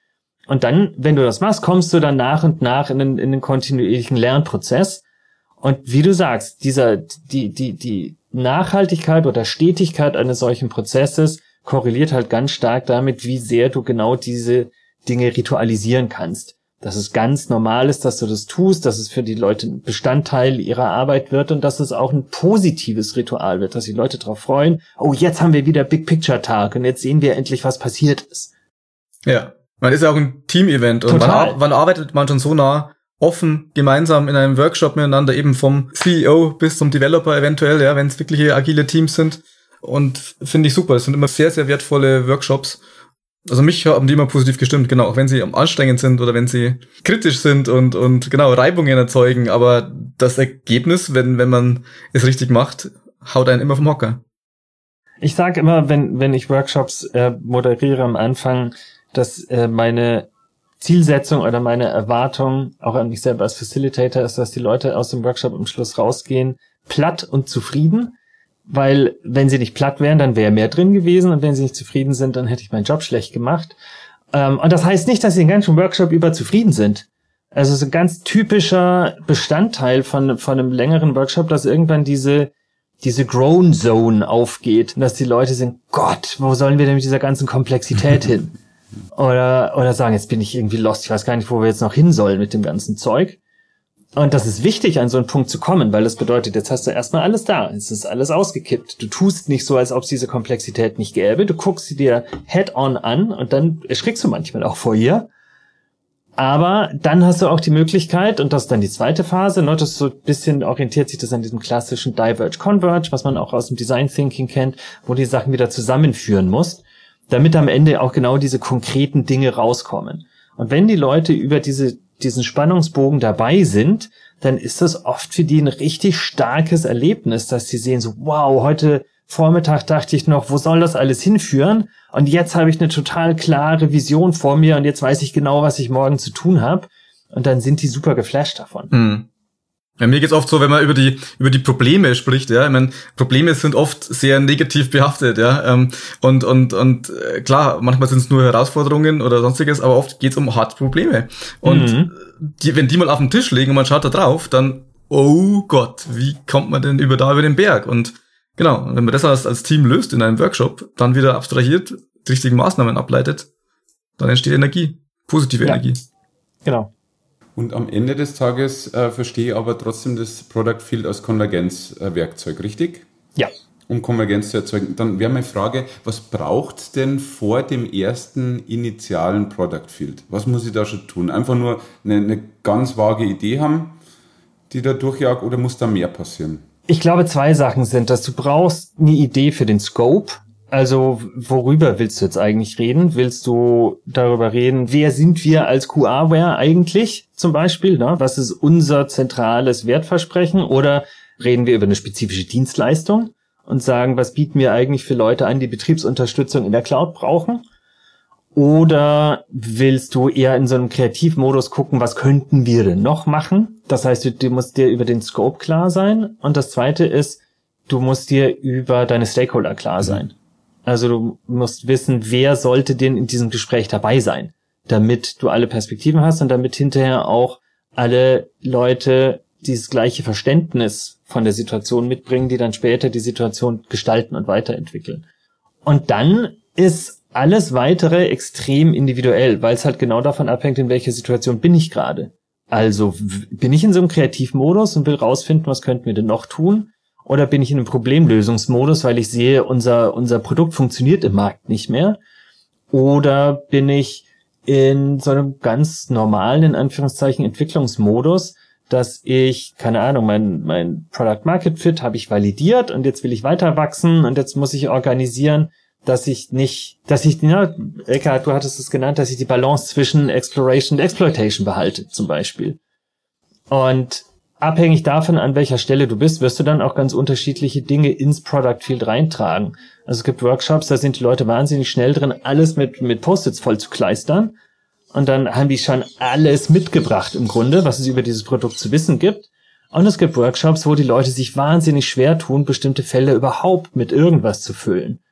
Und dann, wenn du das machst, kommst du dann nach und nach in den, in den kontinuierlichen Lernprozess. Und wie du sagst, dieser, die, die, die Nachhaltigkeit oder Stetigkeit eines solchen Prozesses korreliert halt ganz stark damit, wie sehr du genau diese Dinge ritualisieren kannst. Dass es ganz normal ist, dass du das tust, dass es für die Leute ein Bestandteil ihrer Arbeit wird und dass es auch ein positives Ritual wird, dass die Leute darauf freuen, oh, jetzt haben wir wieder Big Picture Tag und jetzt sehen wir endlich, was passiert ist. Ja, man ist ja auch ein Team-Event und wann, ar- wann arbeitet man schon so nah, offen, gemeinsam in einem Workshop miteinander, eben vom C E O bis zum Developer eventuell, ja, wenn es wirkliche agile Teams sind. Und finde ich super, es sind immer sehr, sehr wertvolle Workshops. Also mich haben die immer positiv gestimmt, genau, auch wenn sie anstrengend sind oder wenn sie kritisch sind und und genau Reibungen erzeugen, aber das Ergebnis, wenn wenn man es richtig macht, haut einen immer vom Hocker. Ich sage immer, wenn wenn ich Workshops äh, moderiere am Anfang, dass äh, meine Zielsetzung oder meine Erwartung auch an mich selber als Facilitator ist, dass die Leute aus dem Workshop am Schluss rausgehen, platt und zufrieden. Weil wenn sie nicht platt wären, dann wäre mehr drin gewesen und wenn sie nicht zufrieden sind, dann hätte ich meinen Job schlecht gemacht. Ähm, und das heißt nicht, dass sie den ganzen Workshop über zufrieden sind. Also es ist ein ganz typischer Bestandteil von von einem längeren Workshop, dass irgendwann diese diese Grown Zone aufgeht und dass die Leute sind, Gott, wo sollen wir denn mit dieser ganzen Komplexität hin? Oder oder sagen, jetzt bin ich irgendwie lost, ich weiß gar nicht, wo wir jetzt noch hin sollen mit dem ganzen Zeug. Und das ist wichtig, an so einen Punkt zu kommen, weil das bedeutet, jetzt hast du erstmal alles da. Es ist alles ausgekippt. Du tust nicht so, als ob es diese Komplexität nicht gäbe. Du guckst sie dir head-on an und dann erschrickst du manchmal auch vor ihr. Aber dann hast du auch die Möglichkeit, und das ist dann die zweite Phase, ne, das so ein bisschen orientiert sich das an diesem klassischen Diverge-Converge, was man auch aus dem Design Thinking kennt, wo du die Sachen wieder zusammenführen musst, damit am Ende auch genau diese konkreten Dinge rauskommen. Und wenn die Leute über diese diesen Spannungsbogen dabei sind, dann ist das oft für die ein richtig starkes Erlebnis, dass sie sehen so, wow, heute Vormittag dachte ich noch, wo soll das alles hinführen? Und jetzt habe ich eine total klare Vision vor mir und jetzt weiß ich genau, was ich morgen zu tun habe. Und dann sind die super geflasht davon. Hm. Ja, mir geht's oft so, wenn man über die über die Probleme spricht, ja, ich meine, Probleme sind oft sehr negativ behaftet, ja, ähm, und und und äh, klar, manchmal sind es nur Herausforderungen oder sonstiges, aber oft geht's um harte Probleme. Und mhm. die, wenn die mal auf den Tisch liegen und man schaut da drauf, dann, oh Gott, wie kommt man denn über da über den Berg? Und genau, wenn man das als, als Team löst in einem Workshop, dann wieder abstrahiert, die richtigen Maßnahmen ableitet, dann entsteht Energie, positive ja. Energie. Genau. Und am Ende des Tages äh, verstehe ich aber trotzdem das Product Field als Konvergenzwerkzeug, äh, richtig? Ja. Um Konvergenz zu erzeugen. Dann wäre meine Frage, was braucht es denn vor dem ersten initialen Product Field? Was muss ich da schon tun? Einfach nur eine, eine ganz vage Idee haben, die da durchjagt, oder muss da mehr passieren? Ich glaube, zwei Sachen sind das. Du brauchst eine Idee für den Scope. Also worüber willst du jetzt eigentlich reden? Willst du darüber reden, wer sind wir als Q A-Ware eigentlich zum Beispiel? Ne? Was ist unser zentrales Wertversprechen? Oder reden wir über eine spezifische Dienstleistung und sagen, was bieten wir eigentlich für Leute an, die Betriebsunterstützung in der Cloud brauchen? Oder willst du eher in so einem Kreativmodus gucken, was könnten wir denn noch machen? Das heißt, du, du musst dir über den Scope klar sein. Und das Zweite ist, du musst dir über deine Stakeholder klar sein. Also du musst wissen, wer sollte denn in diesem Gespräch dabei sein, damit du alle Perspektiven hast und damit hinterher auch alle Leute dieses gleiche Verständnis von der Situation mitbringen, die dann später die Situation gestalten und weiterentwickeln. Und dann ist alles Weitere extrem individuell, weil es halt genau davon abhängt, in welcher Situation bin ich gerade. Also bin ich in so einem Kreativmodus und will rausfinden, was könnten wir denn noch tun? Oder bin ich in einem Problemlösungsmodus, weil ich sehe, unser unser Produkt funktioniert im Markt nicht mehr? Oder bin ich in so einem ganz normalen, in Anführungszeichen, Entwicklungsmodus, dass ich, keine Ahnung, mein mein Product Market Fit habe ich validiert und jetzt will ich weiter wachsen und jetzt muss ich organisieren, dass ich nicht, dass ich, ja, Eckhard, du hattest es genannt, dass ich die Balance zwischen Exploration und Exploitation behalte, zum Beispiel. Und abhängig davon, an welcher Stelle du bist, wirst du dann auch ganz unterschiedliche Dinge ins Product Field reintragen. Also es gibt Workshops, da sind die Leute wahnsinnig schnell drin, alles mit mit Post-its voll zu kleistern. Und dann haben die schon alles mitgebracht im Grunde, was es über dieses Produkt zu wissen gibt. Und es gibt Workshops, wo die Leute sich wahnsinnig schwer tun, bestimmte Felder überhaupt mit irgendwas zu füllen.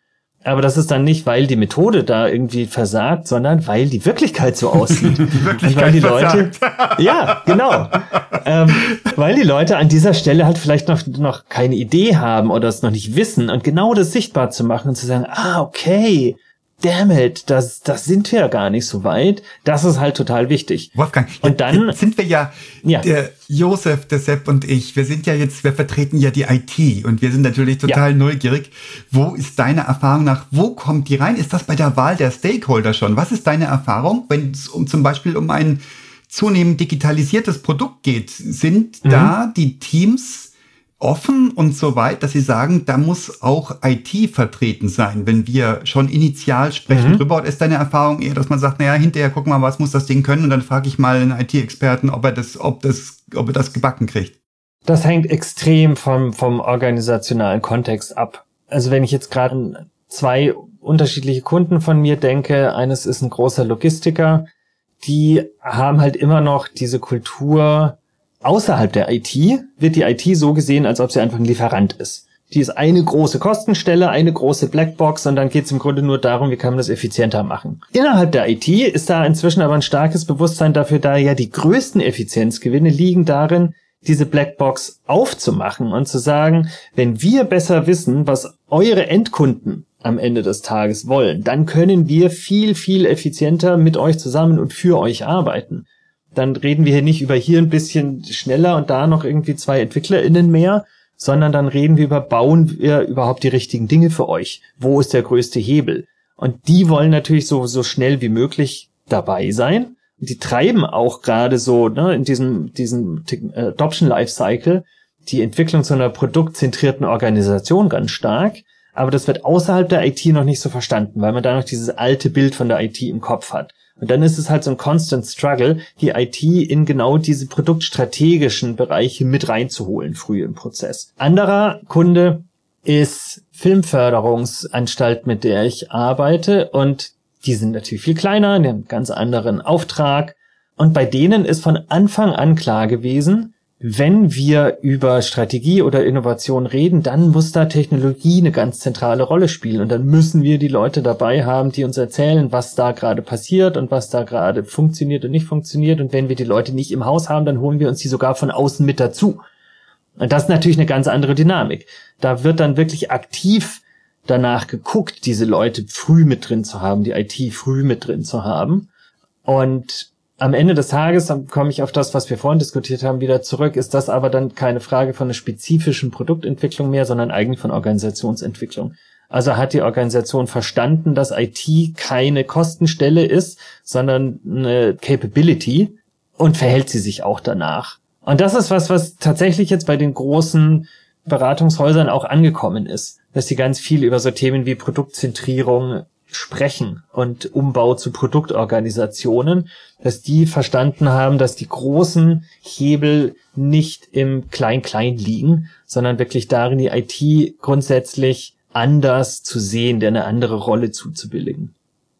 Aber das ist dann nicht, weil die Methode da irgendwie versagt, sondern weil die Wirklichkeit so aussieht. Die Wirklichkeit weil die versagt. Leute, ja, genau. ähm, weil die Leute an dieser Stelle halt vielleicht noch, noch keine Idee haben oder es noch nicht wissen und genau das sichtbar zu machen und zu sagen, ah, okay, damn it, das, das sind wir ja gar nicht so weit. Das ist halt total wichtig. Wolfgang, und dann sind wir ja, ja, der Josef, der Sepp und ich, wir sind ja jetzt, wir vertreten ja die I T und wir sind natürlich total ja. neugierig. Wo ist deine Erfahrung nach, wo kommt die rein? Ist das bei der Wahl der Stakeholder schon? Was ist deine Erfahrung, wenn es um zum Beispiel um ein zunehmend digitalisiertes Produkt geht? Sind mhm. da die Teams offen und so weit, dass sie sagen, da muss auch I T vertreten sein, wenn wir schon initial sprechen mhm. drüber? Oder ist deine Erfahrung eher, dass man sagt, naja, hinterher gucken wir mal, was muss das Ding können und dann frage ich mal einen I T-Experten, ob er das, ob das, ob er das gebacken kriegt? Das hängt extrem vom, vom organisationalen Kontext ab. Also wenn ich jetzt gerade an zwei unterschiedliche Kunden von mir denke, eines ist ein großer Logistiker, die haben halt immer noch diese Kultur. Außerhalb der I T wird die I T so gesehen, als ob sie einfach ein Lieferant ist. Die ist eine große Kostenstelle, eine große Blackbox und dann geht es im Grunde nur darum, wie kann man das effizienter machen. Innerhalb der I T ist da inzwischen aber ein starkes Bewusstsein dafür, da ja die größten Effizienzgewinne liegen darin, diese Blackbox aufzumachen und zu sagen, wenn wir besser wissen, was eure Endkunden am Ende des Tages wollen, dann können wir viel, viel effizienter mit euch zusammen und für euch arbeiten. Dann reden wir hier nicht über hier ein bisschen schneller und da noch irgendwie zwei EntwicklerInnen mehr, sondern dann reden wir über, bauen wir überhaupt die richtigen Dinge für euch? Wo ist der größte Hebel? Und die wollen natürlich so, so schnell wie möglich dabei sein. Und die treiben auch gerade so, ne, in diesem, diesem Adoption Lifecycle die Entwicklung zu einer produktzentrierten Organisation ganz stark. Aber das wird außerhalb der I T noch nicht so verstanden, weil man da noch dieses alte Bild von der I T im Kopf hat. Und dann ist es halt so ein constant struggle, die I T in genau diese produktstrategischen Bereiche mit reinzuholen, früh im Prozess. Anderer Kunde ist Filmförderungsanstalt, mit der ich arbeite. Und die sind natürlich viel kleiner, die haben einen ganz anderen Auftrag. Und bei denen ist von Anfang an klar gewesen, wenn wir über Strategie oder Innovation reden, dann muss da Technologie eine ganz zentrale Rolle spielen. Und dann müssen wir die Leute dabei haben, die uns erzählen, was da gerade passiert und was da gerade funktioniert und nicht funktioniert. Und wenn wir die Leute nicht im Haus haben, dann holen wir uns die sogar von außen mit dazu. Und das ist natürlich eine ganz andere Dynamik. Da wird dann wirklich aktiv danach geguckt, diese Leute früh mit drin zu haben, die I T früh mit drin zu haben. Und am Ende des Tages, dann komme ich auf das, was wir vorhin diskutiert haben, wieder zurück, ist das aber dann keine Frage von einer spezifischen Produktentwicklung mehr, sondern eigentlich von Organisationsentwicklung. Also hat die Organisation verstanden, dass I T keine Kostenstelle ist, sondern eine Capability und verhält sie sich auch danach. Und das ist was, was tatsächlich jetzt bei den großen Beratungshäusern auch angekommen ist, dass die ganz viel über so Themen wie Produktzentrierung sprechen und Umbau zu Produktorganisationen, dass die verstanden haben, dass die großen Hebel nicht im Klein-Klein liegen, sondern wirklich darin, die I T grundsätzlich anders zu sehen, der eine andere Rolle zuzubilligen.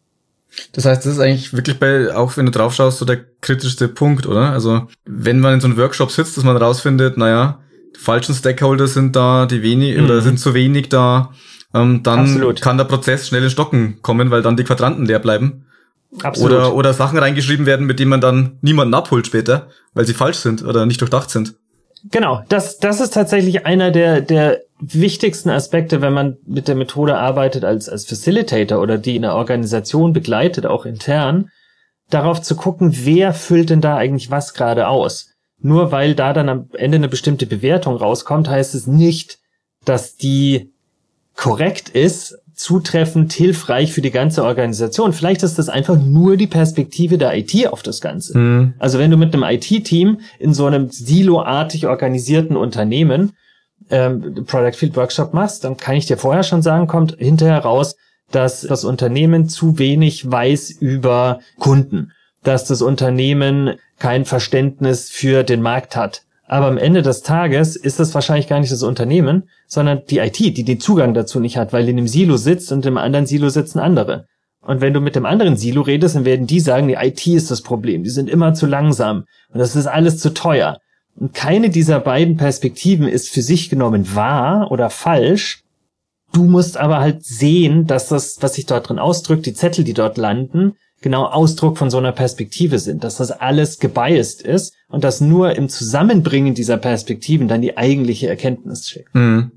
Das heißt, das ist eigentlich wirklich bei, auch wenn du drauf schaust, so der kritischste Punkt, oder? Also, wenn man in so einem Workshop sitzt, dass man rausfindet, naja, die falschen Stakeholder sind da, die wenig, mhm. oder sind zu wenig da, Ähm, dann Absolut. Kann der Prozess schnell in Stocken kommen, weil dann die Quadranten leer bleiben. Absolut. Oder, oder Sachen reingeschrieben werden, mit denen man dann niemanden abholt später, weil sie falsch sind oder nicht durchdacht sind. Genau, das, das ist tatsächlich einer der, der wichtigsten Aspekte, wenn man mit der Methode arbeitet als, als Facilitator oder die in der Organisation begleitet, auch intern, darauf zu gucken, wer füllt denn da eigentlich was gerade aus. Nur weil da dann am Ende eine bestimmte Bewertung rauskommt, heißt es nicht, dass die korrekt ist, zutreffend, hilfreich für die ganze Organisation. Vielleicht ist das einfach nur die Perspektive der I T auf das Ganze. Mhm. Also wenn du mit einem I T-Team in so einem siloartig organisierten Unternehmen ähm, Product Field Workshop machst, dann kann ich dir vorher schon sagen, kommt hinterher raus, dass das Unternehmen zu wenig weiß über Kunden, dass das Unternehmen kein Verständnis für den Markt hat. Aber am Ende des Tages ist das wahrscheinlich gar nicht das Unternehmen, sondern die I T, die den Zugang dazu nicht hat, weil in dem Silo sitzt und im anderen Silo sitzen andere. Und wenn du mit dem anderen Silo redest, dann werden die sagen, die I T ist das Problem, die sind immer zu langsam und das ist alles zu teuer. Und keine dieser beiden Perspektiven ist für sich genommen wahr oder falsch. Du musst aber halt sehen, dass das, was sich dort drin ausdrückt, die Zettel, die dort landen, genau Ausdruck von so einer Perspektive sind, dass das alles gebiased ist und dass nur im Zusammenbringen dieser Perspektiven dann die eigentliche Erkenntnis steckt. Mhm.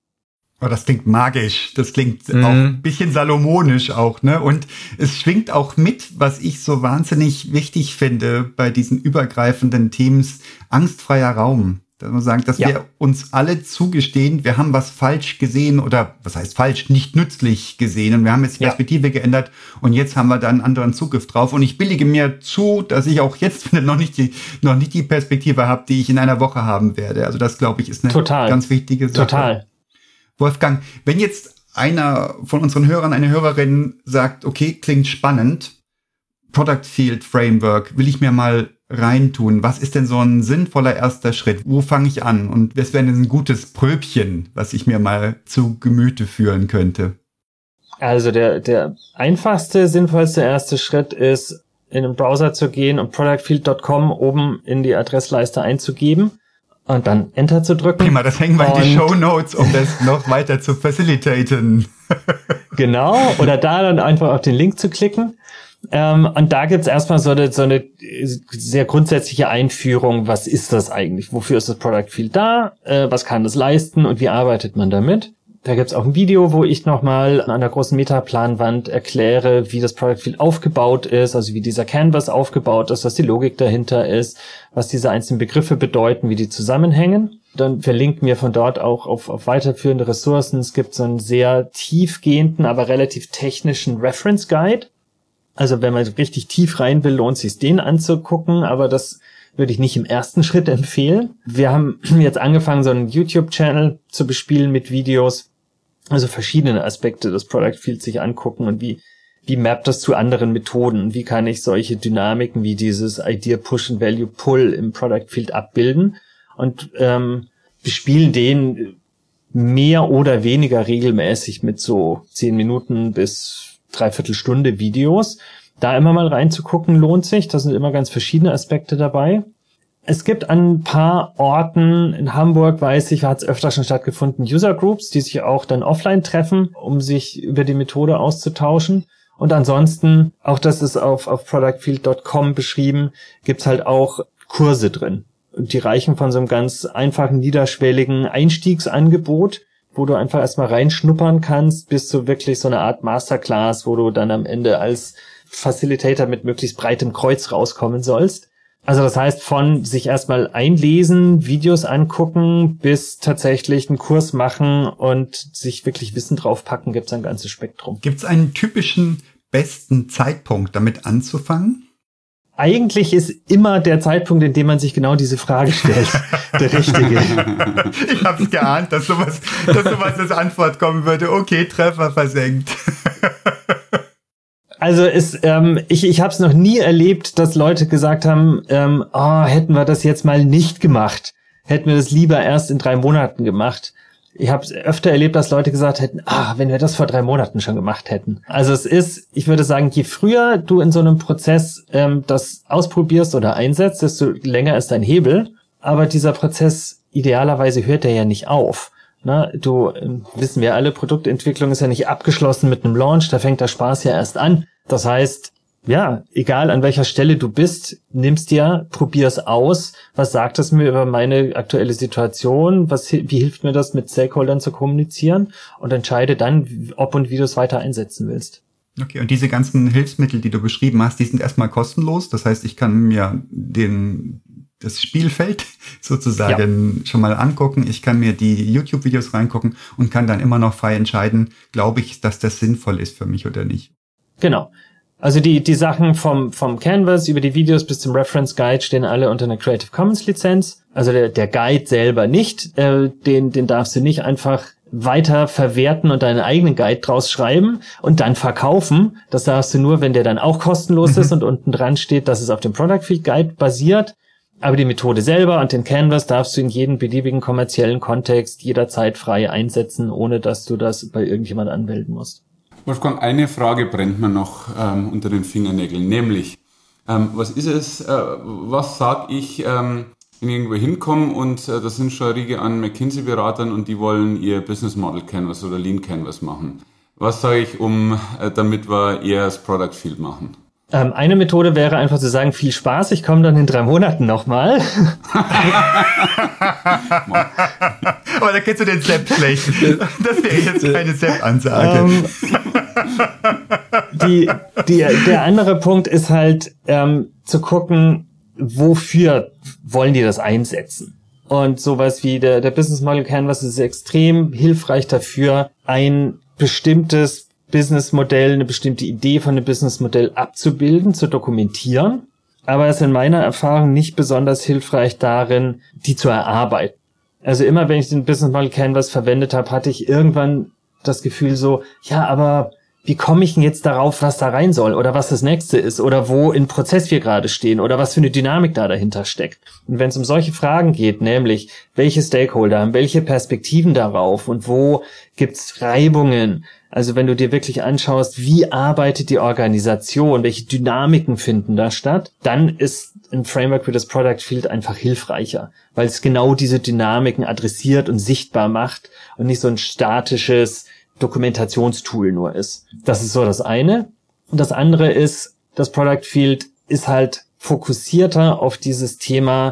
Oh, das klingt magisch, das klingt Mhm. auch ein bisschen salomonisch auch, ne? Und es schwingt auch mit, was ich so wahnsinnig wichtig finde bei diesen übergreifenden Teams, angstfreier Raum. Dass man sagt, dass Ja. wir uns alle zugestehen, wir haben was falsch gesehen oder was heißt falsch, nicht nützlich gesehen und wir haben jetzt die Ja. Perspektive geändert und jetzt haben wir da einen anderen Zugriff drauf und ich billige mir zu, dass ich auch jetzt noch nicht die, noch nicht die Perspektive habe, die ich in einer Woche haben werde. Also das, glaube ich, ist eine Total. ganz wichtige Sache. Total. Wolfgang, wenn jetzt einer von unseren Hörern, eine Hörerin sagt, okay, klingt spannend, Product Field Framework, will ich mir mal reintun. Was ist denn so ein sinnvoller erster Schritt? Wo fange ich an? Und was wäre denn ein gutes Pröbchen, was ich mir mal zu Gemüte führen könnte? Also der, der einfachste, sinnvollste erste Schritt ist, in den Browser zu gehen und product field dot com oben in die Adressleiste einzugeben und dann Enter zu drücken. Prima, das hängen wir in die Und- Shownotes, um das noch weiter zu facilitaten. Genau, oder da dann einfach auf den Link zu klicken. Ähm, und da gibt's erstmal so eine, so eine sehr grundsätzliche Einführung, was ist das eigentlich? Wofür ist das Product Field da? Äh, was kann das leisten und wie arbeitet man damit? Da gibt's auch ein Video, wo ich nochmal an der großen Metaplanwand erkläre, wie das Product Field aufgebaut ist, also wie dieser Canvas aufgebaut ist, was die Logik dahinter ist, was diese einzelnen Begriffe bedeuten, wie die zusammenhängen. Dann verlinken wir von dort auch auf, auf weiterführende Ressourcen. Es gibt so einen sehr tiefgehenden, aber relativ technischen Reference Guide. Also wenn man richtig tief rein will, lohnt es sich, den anzugucken, aber das würde ich nicht im ersten Schritt empfehlen. Wir haben jetzt angefangen, so einen YouTube-Channel zu bespielen mit Videos, also verschiedene Aspekte des Product Fields sich angucken und wie wie mappt das zu anderen Methoden und wie kann ich solche Dynamiken wie dieses Idea Push und Value Pull im Product Field abbilden und ähm, bespielen den mehr oder weniger regelmäßig mit so zehn Minuten bis Dreiviertelstunde Videos. Da immer mal reinzugucken lohnt sich. Da sind immer ganz verschiedene Aspekte dabei. Es gibt an ein paar Orten, in Hamburg weiß ich, hat es öfter schon stattgefunden, User Groups, die sich auch dann offline treffen, um sich über die Methode auszutauschen. Und ansonsten, auch das ist auf, auf product field dot com beschrieben, gibt's halt auch Kurse drin. Und die reichen von so einem ganz einfachen, niederschwelligen Einstiegsangebot, wo du einfach erstmal reinschnuppern kannst, bis zu wirklich so eine Art Masterclass, wo du dann am Ende als Facilitator mit möglichst breitem Kreuz rauskommen sollst. Also das heißt, von sich erstmal einlesen, Videos angucken, bis tatsächlich einen Kurs machen und sich wirklich Wissen draufpacken, gibt's ein ganzes Spektrum. Gibt es einen typischen besten Zeitpunkt, damit anzufangen? Eigentlich ist immer der Zeitpunkt, in dem man sich genau diese Frage stellt, der richtige. Ich hab's geahnt, dass sowas, dass sowas als Antwort kommen würde. Okay, Treffer versenkt. Also es, ähm, ich, ich habe es noch nie erlebt, dass Leute gesagt haben, ähm, oh, hätten wir das jetzt mal nicht gemacht, hätten wir das lieber erst in drei Monaten gemacht. Ich habe öfter erlebt, dass Leute gesagt hätten, ah, wenn wir das vor drei Monaten schon gemacht hätten. Also es ist, ich würde sagen, je früher du in so einem Prozess ähm, das ausprobierst oder einsetzt, desto länger ist dein Hebel. Aber dieser Prozess, idealerweise hört der ja nicht auf. Na, du, ähm, wissen wir alle, Produktentwicklung ist ja nicht abgeschlossen mit einem Launch, da fängt der Spaß ja erst an. Das heißt, ja, egal an welcher Stelle du bist, nimmst dir, probier's aus. Was sagt es mir über meine aktuelle Situation? Was, wie hilft mir das, mit Stakeholdern zu kommunizieren? Und entscheide dann, ob und wie du es weiter einsetzen willst. Okay, und diese ganzen Hilfsmittel, die du beschrieben hast, die sind erstmal kostenlos. Das heißt, ich kann mir den, das Spielfeld sozusagen ja. schon mal angucken. Ich kann mir die YouTube-Videos reingucken und kann dann immer noch frei entscheiden, glaube ich, dass das sinnvoll ist für mich oder nicht. Genau. Also die die Sachen vom vom Canvas über die Videos bis zum Reference Guide stehen alle unter einer Creative Commons Lizenz. Also der der Guide selber nicht, äh, den den darfst du nicht einfach weiter verwerten und deinen eigenen Guide draus schreiben und dann verkaufen. Das darfst du nur, wenn der dann auch kostenlos mhm. ist und unten dran steht, dass es auf dem Product Field Guide basiert. Aber die Methode selber und den Canvas darfst du in jedem beliebigen kommerziellen Kontext jederzeit frei einsetzen, ohne dass du das bei irgendjemand anmelden musst. Wolfgang, eine Frage brennt mir noch ähm, unter den Fingernägeln, nämlich, ähm, was ist es, äh, was sag ich, ähm, wenn ich irgendwo hinkomme und äh, da sind schon eine Riege an McKinsey-Beratern und die wollen ihr Business Model Canvas oder Lean Canvas machen. Was sage ich, um, äh, damit wir eher das Product Field machen? Ähm, eine Methode wäre einfach zu sagen, viel Spaß, ich komme dann in drei Monaten nochmal. Aber da kennst du den Sepp schlecht. Das wäre jetzt keine Sepp-Ansage. Ähm, die, die, der andere Punkt ist halt ähm, zu gucken, wofür wollen die das einsetzen? Und sowas wie der, der Business Model Canvas ist extrem hilfreich dafür, ein bestimmtes Businessmodell, eine bestimmte Idee von einem Businessmodell abzubilden, zu dokumentieren. Aber es ist in meiner Erfahrung nicht besonders hilfreich darin, die zu erarbeiten. Also immer, wenn ich den Business Model Canvas verwendet habe, hatte ich irgendwann das Gefühl so, ja, aber wie komme ich denn jetzt darauf, was da rein soll oder was das nächste ist oder wo im Prozess wir gerade stehen oder was für eine Dynamik da dahinter steckt. Und wenn es um solche Fragen geht, nämlich welche Stakeholder haben welche Perspektiven darauf und wo gibt's Reibungen, also wenn du dir wirklich anschaust, wie arbeitet die Organisation, welche Dynamiken finden da statt, dann ist ein Framework wie das Product Field einfach hilfreicher, weil es genau diese Dynamiken adressiert und sichtbar macht und nicht so ein statisches Dokumentationstool nur ist. Das ist so das eine. Und das andere ist, das Product Field ist halt fokussierter auf dieses Thema,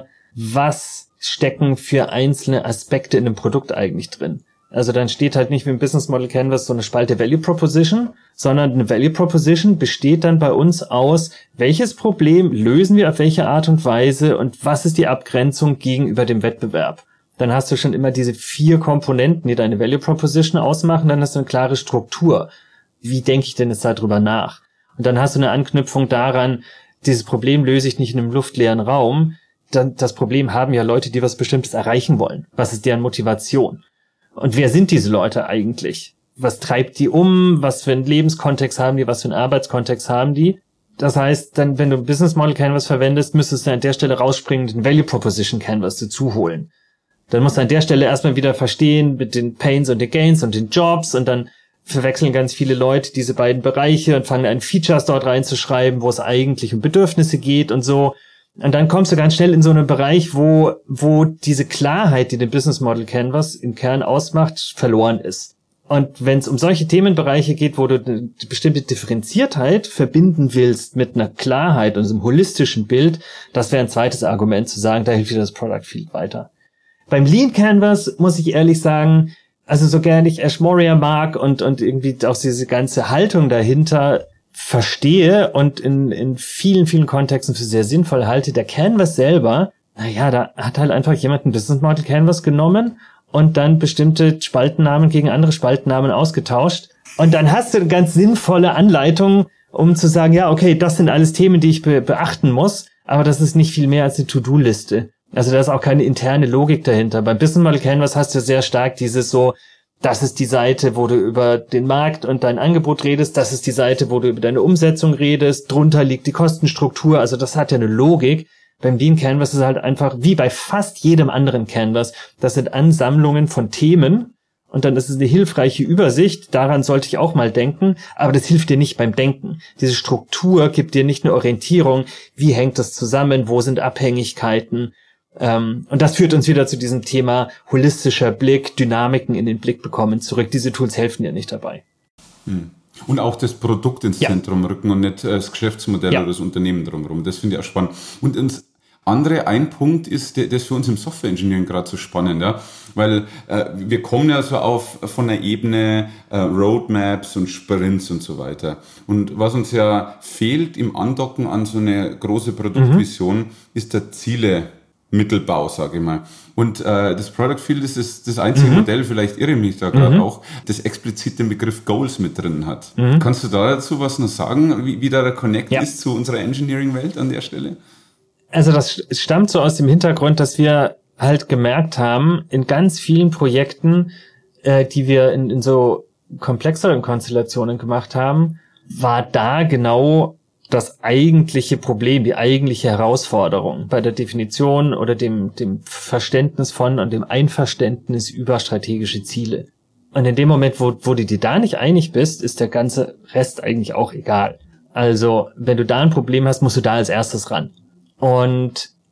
was stecken für einzelne Aspekte in dem Produkt eigentlich drin. Also dann steht halt nicht wie im Business Model Canvas so eine Spalte Value Proposition, sondern eine Value Proposition besteht dann bei uns aus, welches Problem lösen wir auf welche Art und Weise und was ist die Abgrenzung gegenüber dem Wettbewerb. Dann hast du schon immer diese vier Komponenten, die deine Value Proposition ausmachen, dann hast du eine klare Struktur. Wie denke ich denn jetzt darüber nach? Und dann hast du eine Anknüpfung daran, dieses Problem löse ich nicht in einem luftleeren Raum. Dann, das Problem haben ja Leute, die was Bestimmtes erreichen wollen. Was ist deren Motivation? Und wer sind diese Leute eigentlich? Was treibt die um? Was für einen Lebenskontext haben die? Was für einen Arbeitskontext haben die? Das heißt, dann, wenn du ein Business Model Canvas verwendest, müsstest du an der Stelle rausspringen, den Value Proposition Canvas dazu holen. Dann musst du an der Stelle erstmal wieder verstehen mit den Pains und den Gains und den Jobs und dann verwechseln ganz viele Leute diese beiden Bereiche und fangen an, Features dort reinzuschreiben, wo es eigentlich um Bedürfnisse geht und so. Und dann kommst du ganz schnell in so einen Bereich, wo wo diese Klarheit, die den Business Model Canvas im Kern ausmacht, verloren ist. Und wenn es um solche Themenbereiche geht, wo du eine bestimmte Differenziertheit verbinden willst mit einer Klarheit und so einem holistischen Bild, das wäre ein zweites Argument zu sagen, da hilft dir das Product Field weiter. Beim Lean Canvas muss ich ehrlich sagen, also so gerne ich Ash Maurya mag und und irgendwie auch diese ganze Haltung dahinter verstehe und in in vielen, vielen Kontexten für sehr sinnvoll halte, der Canvas selber, naja, da hat halt einfach jemand ein Business Model Canvas genommen und dann bestimmte Spaltennamen gegen andere Spaltennamen ausgetauscht. Und dann hast du eine ganz sinnvolle Anleitung, um zu sagen, ja, okay, das sind alles Themen, die ich be- beachten muss, aber das ist nicht viel mehr als eine To-Do-Liste. Also da ist auch keine interne Logik dahinter. Beim Business Model Canvas hast du sehr stark dieses so, das ist die Seite, wo du über den Markt und dein Angebot redest. Das ist die Seite, wo du über deine Umsetzung redest. Drunter liegt die Kostenstruktur. Also das hat ja eine Logik. Beim Lean Canvas ist es halt einfach wie bei fast jedem anderen Canvas. Das sind Ansammlungen von Themen. Und dann ist es eine hilfreiche Übersicht. Daran sollte ich auch mal denken. Aber das hilft dir nicht beim Denken. Diese Struktur gibt dir nicht eine Orientierung. Wie hängt das zusammen? Wo sind Abhängigkeiten? Ähm, und das führt uns wieder zu diesem Thema holistischer Blick, Dynamiken in den Blick bekommen zurück. Diese Tools helfen dir nicht dabei. Und auch das Produkt ins ja. Zentrum rücken und nicht das Geschäftsmodell ja. oder das Unternehmen drumherum. Das finde ich auch spannend. Und ins andere, ein Punkt ist, der, der ist für uns im Software Engineering gerade so spannend, ja, weil äh, wir kommen ja so auf von der Ebene äh, Roadmaps und Sprints und so weiter. Und was uns ja fehlt im Andocken an so eine große Produktvision, mhm. ist der Ziele Mittelbau, sage ich mal. Und äh, das Product Field ist das, das einzige mhm. Modell, vielleicht irre ich mich da gerade mhm. auch, das explizit den Begriff Goals mit drin hat. Mhm. Kannst du dazu was noch sagen, wie, wie da der Connect ja. ist zu unserer Engineering-Welt an der Stelle? Also das stammt so aus dem Hintergrund, dass wir halt gemerkt haben, in ganz vielen Projekten, äh, die wir in, in so komplexeren Konstellationen gemacht haben, war da genau das eigentliche Problem, die eigentliche Herausforderung bei der Definition oder dem, dem Verständnis von und dem Einverständnis über strategische Ziele. Und in dem Moment, wo, wo du dir da nicht einig bist, ist der ganze Rest eigentlich auch egal. Also, wenn du da ein Problem hast, musst du da als erstes ran. Und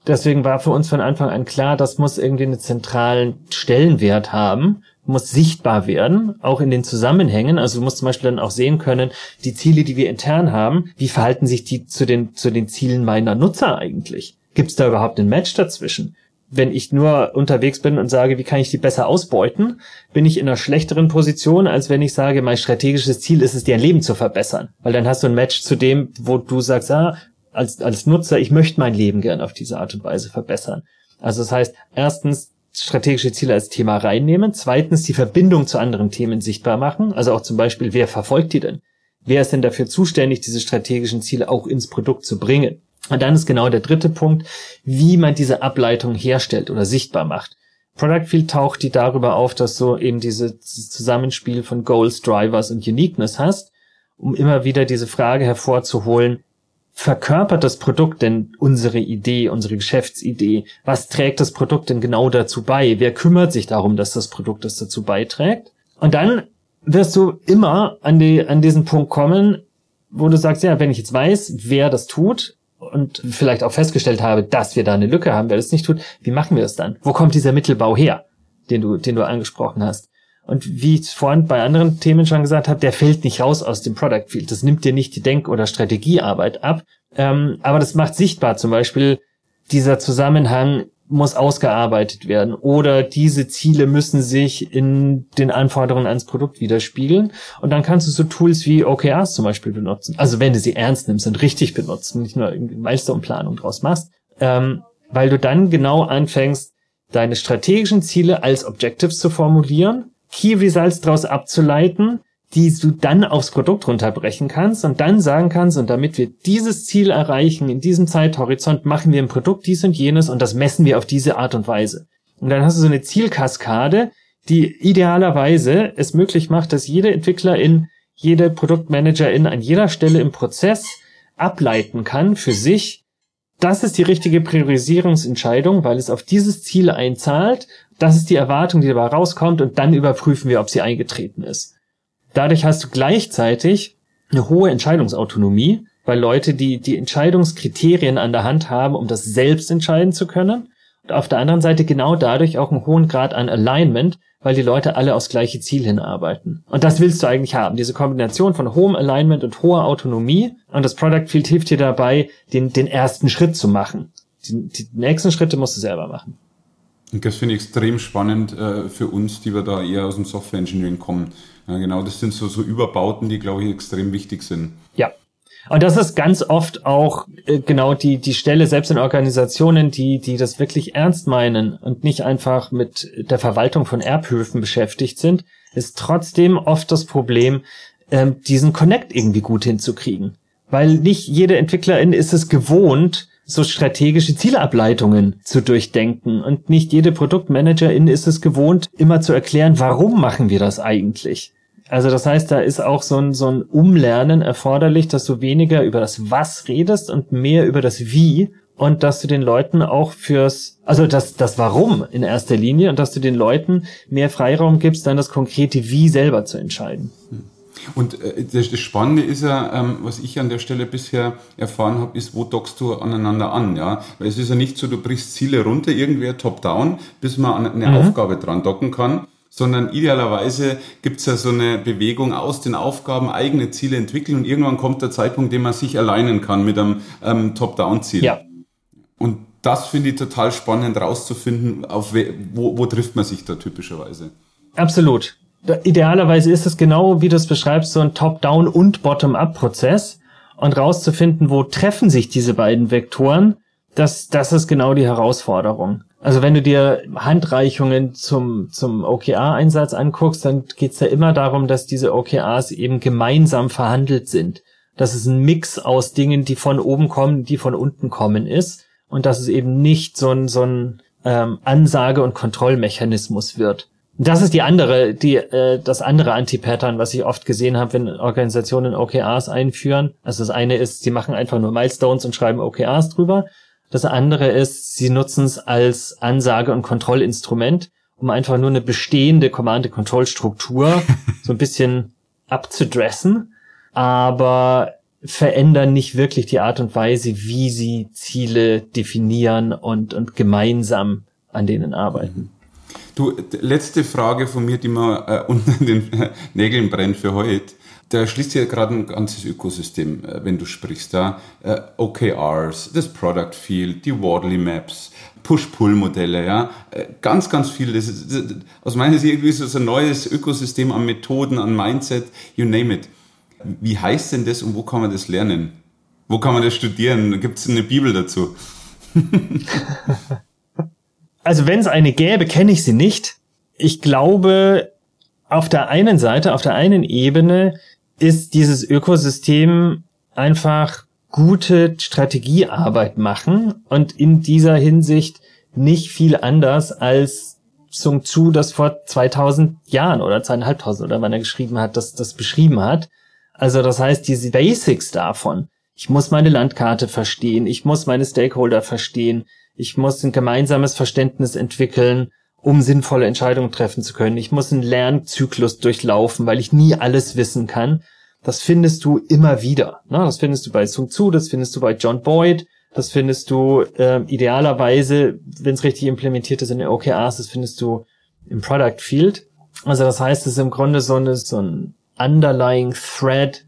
deswegen war für uns von Anfang an klar, das muss irgendwie einen zentralen Stellenwert haben, muss sichtbar werden, auch in den Zusammenhängen. Also du musst zum Beispiel dann auch sehen können, die Ziele, die wir intern haben, wie verhalten sich die zu den zu den Zielen meiner Nutzer eigentlich? Gibt es da überhaupt ein Match dazwischen? Wenn ich nur unterwegs bin und sage, wie kann ich die besser ausbeuten, bin ich in einer schlechteren Position, als wenn ich sage, mein strategisches Ziel ist es, deren Leben zu verbessern. Weil dann hast du ein Match zu dem, wo du sagst, ah, als als Nutzer, ich möchte mein Leben gerne auf diese Art und Weise verbessern. Also das heißt, erstens, strategische Ziele als Thema reinnehmen. Zweitens, die Verbindung zu anderen Themen sichtbar machen. Also auch zum Beispiel, wer verfolgt die denn? Wer ist denn dafür zuständig, diese strategischen Ziele auch ins Produkt zu bringen? Und dann ist genau der dritte Punkt, wie man diese Ableitung herstellt oder sichtbar macht. Product Field taucht die darüber auf, dass du eben dieses Zusammenspiel von Goals, Drivers und Uniqueness hast, um immer wieder diese Frage hervorzuholen, verkörpert das Produkt denn unsere Idee, unsere Geschäftsidee? Was trägt das Produkt denn genau dazu bei? Wer kümmert sich darum, dass das Produkt das dazu beiträgt? Und dann wirst du immer an die, an diesen Punkt kommen, wo du sagst, ja, wenn ich jetzt weiß, wer das tut und vielleicht auch festgestellt habe, dass wir da eine Lücke haben, wer das nicht tut, wie machen wir das dann? Wo kommt dieser Mittelbau her, den du, den du angesprochen hast? Und wie ich vorhin bei anderen Themen schon gesagt habe, der fällt nicht raus aus dem Product Field. Das nimmt dir nicht die Denk- oder Strategiearbeit ab. Ähm, aber das macht sichtbar zum Beispiel, dieser Zusammenhang muss ausgearbeitet werden oder diese Ziele müssen sich in den Anforderungen ans Produkt widerspiegeln. Und dann kannst du so Tools wie O K Rs zum Beispiel benutzen. Also wenn du sie ernst nimmst und richtig benutzt, nicht nur irgendwie Milestone-Planung draus machst, ähm, weil du dann genau anfängst, deine strategischen Ziele als Objectives zu formulieren, Key Results daraus abzuleiten, die du dann aufs Produkt runterbrechen kannst und dann sagen kannst, und damit wir dieses Ziel erreichen, in diesem Zeithorizont machen wir im Produkt dies und jenes und das messen wir auf diese Art und Weise. Und dann hast du so eine Zielkaskade, die idealerweise es möglich macht, dass jede Entwicklerin, jede Produktmanagerin an jeder Stelle im Prozess ableiten kann für sich, das ist die richtige Priorisierungsentscheidung, weil es auf dieses Ziel einzahlt. Das ist die Erwartung, die dabei rauskommt und dann überprüfen wir, ob sie eingetreten ist. Dadurch hast du gleichzeitig eine hohe Entscheidungsautonomie, weil Leute, die die Entscheidungskriterien an der Hand haben, um das selbst entscheiden zu können. Und auf der anderen Seite genau dadurch auch einen hohen Grad an Alignment, weil die Leute alle aufs gleiche Ziel hinarbeiten. Und das willst du eigentlich haben, diese Kombination von hohem Alignment und hoher Autonomie. Und das Product Field hilft dir dabei, den, den ersten Schritt zu machen. Die, die nächsten Schritte musst du selber machen. Und das finde ich extrem spannend äh, für uns, die wir da eher aus dem Software Engineering kommen. Ja, genau, das sind so, so Überbauten, die, glaube ich, extrem wichtig sind. Ja. Und das ist ganz oft auch äh, genau die die Stelle, selbst in Organisationen, die die das wirklich ernst meinen und nicht einfach mit der Verwaltung von Erbhöfen beschäftigt sind, ist trotzdem oft das Problem, ähm, diesen Connect irgendwie gut hinzukriegen. Weil nicht jede Entwicklerin ist es gewohnt, so strategische Zielableitungen zu durchdenken. Und nicht jede Produktmanagerin ist es gewohnt, immer zu erklären, warum machen wir das eigentlich? Also das heißt, da ist auch so ein, so ein Umlernen erforderlich, dass du weniger über das Was redest und mehr über das Wie und dass du den Leuten auch fürs, also das, das Warum in erster Linie und dass du den Leuten mehr Freiraum gibst, dann das konkrete Wie selber zu entscheiden. Und äh, das, das Spannende ist ja, ähm, was ich an der Stelle bisher erfahren habe, ist, wo dockst du aneinander an, ja? Weil es ist ja nicht so, du brichst Ziele runter, irgendwer top-down, bis man an eine mhm. Aufgabe dran docken kann, sondern idealerweise gibt's ja so eine Bewegung aus den Aufgaben, eigene Ziele entwickeln und irgendwann kommt der Zeitpunkt, den man sich alignen kann mit einem ähm, Top-Down-Ziel. Ja. Und das finde ich total spannend rauszufinden, auf we- wo, wo trifft man sich da typischerweise. Absolut. Idealerweise ist es genau, wie du es beschreibst, so ein Top-Down- und Bottom-Up-Prozess und rauszufinden, wo treffen sich diese beiden Vektoren, das, das ist genau die Herausforderung. Also wenn du dir Handreichungen zum, zum O K R-Einsatz anguckst, dann geht's ja immer darum, dass diese O K Rs eben gemeinsam verhandelt sind. Dass es ein Mix aus Dingen, die von oben kommen, die von unten kommen ist und dass es eben nicht so ein, so ein ähm, Ansage- und Kontrollmechanismus wird. Das ist die andere, die äh, das andere Anti-Pattern, was ich oft gesehen habe, wenn Organisationen O K Rs einführen. Also das eine ist, sie machen einfach nur Milestones und schreiben O K Rs drüber. Das andere ist, sie nutzen es als Ansage- und Kontrollinstrument, um einfach nur eine bestehende Command-and-Control-Struktur so ein bisschen abzudressen. Aber verändern nicht wirklich die Art und Weise, wie sie Ziele definieren und, und gemeinsam an denen arbeiten. Du, letzte Frage von mir, die mir äh, unter den Nägeln brennt für heute. Da schließt sich ja gerade ein ganzes Ökosystem, äh, wenn du sprichst. Ja? Äh, O K Rs, das Product Field, die Wardley Maps, Push-Pull-Modelle, ja, äh, ganz, ganz viel. Das ist, das, aus meiner Sicht irgendwie so ein neues Ökosystem an Methoden, an Mindset, you name it. Wie heißt denn das und wo kann man das lernen? Wo kann man das studieren? Gibt es eine Bibel dazu? Also wenn es eine gäbe, kenne ich sie nicht. Ich glaube, auf der einen Seite, auf der einen Ebene ist dieses Ökosystem einfach gute Strategiearbeit machen und in dieser Hinsicht nicht viel anders als Sun Tzu das vor zweitausend Jahren oder zweitausendfünfhundert oder wann er geschrieben hat, das, das beschrieben hat. Also das heißt, diese Basics davon. Ich muss meine Landkarte verstehen, ich muss meine Stakeholder verstehen, ich muss ein gemeinsames Verständnis entwickeln, um sinnvolle Entscheidungen treffen zu können. Ich muss einen Lernzyklus durchlaufen, weil ich nie alles wissen kann. Das findest du immer wieder. Das findest du bei Sun Tzu, das findest du bei John Boyd, das findest du äh, idealerweise, wenn es richtig implementiert ist in den O K Rs, das findest du im Product Field. Also das heißt, es ist im Grunde so, eine, so ein underlying thread.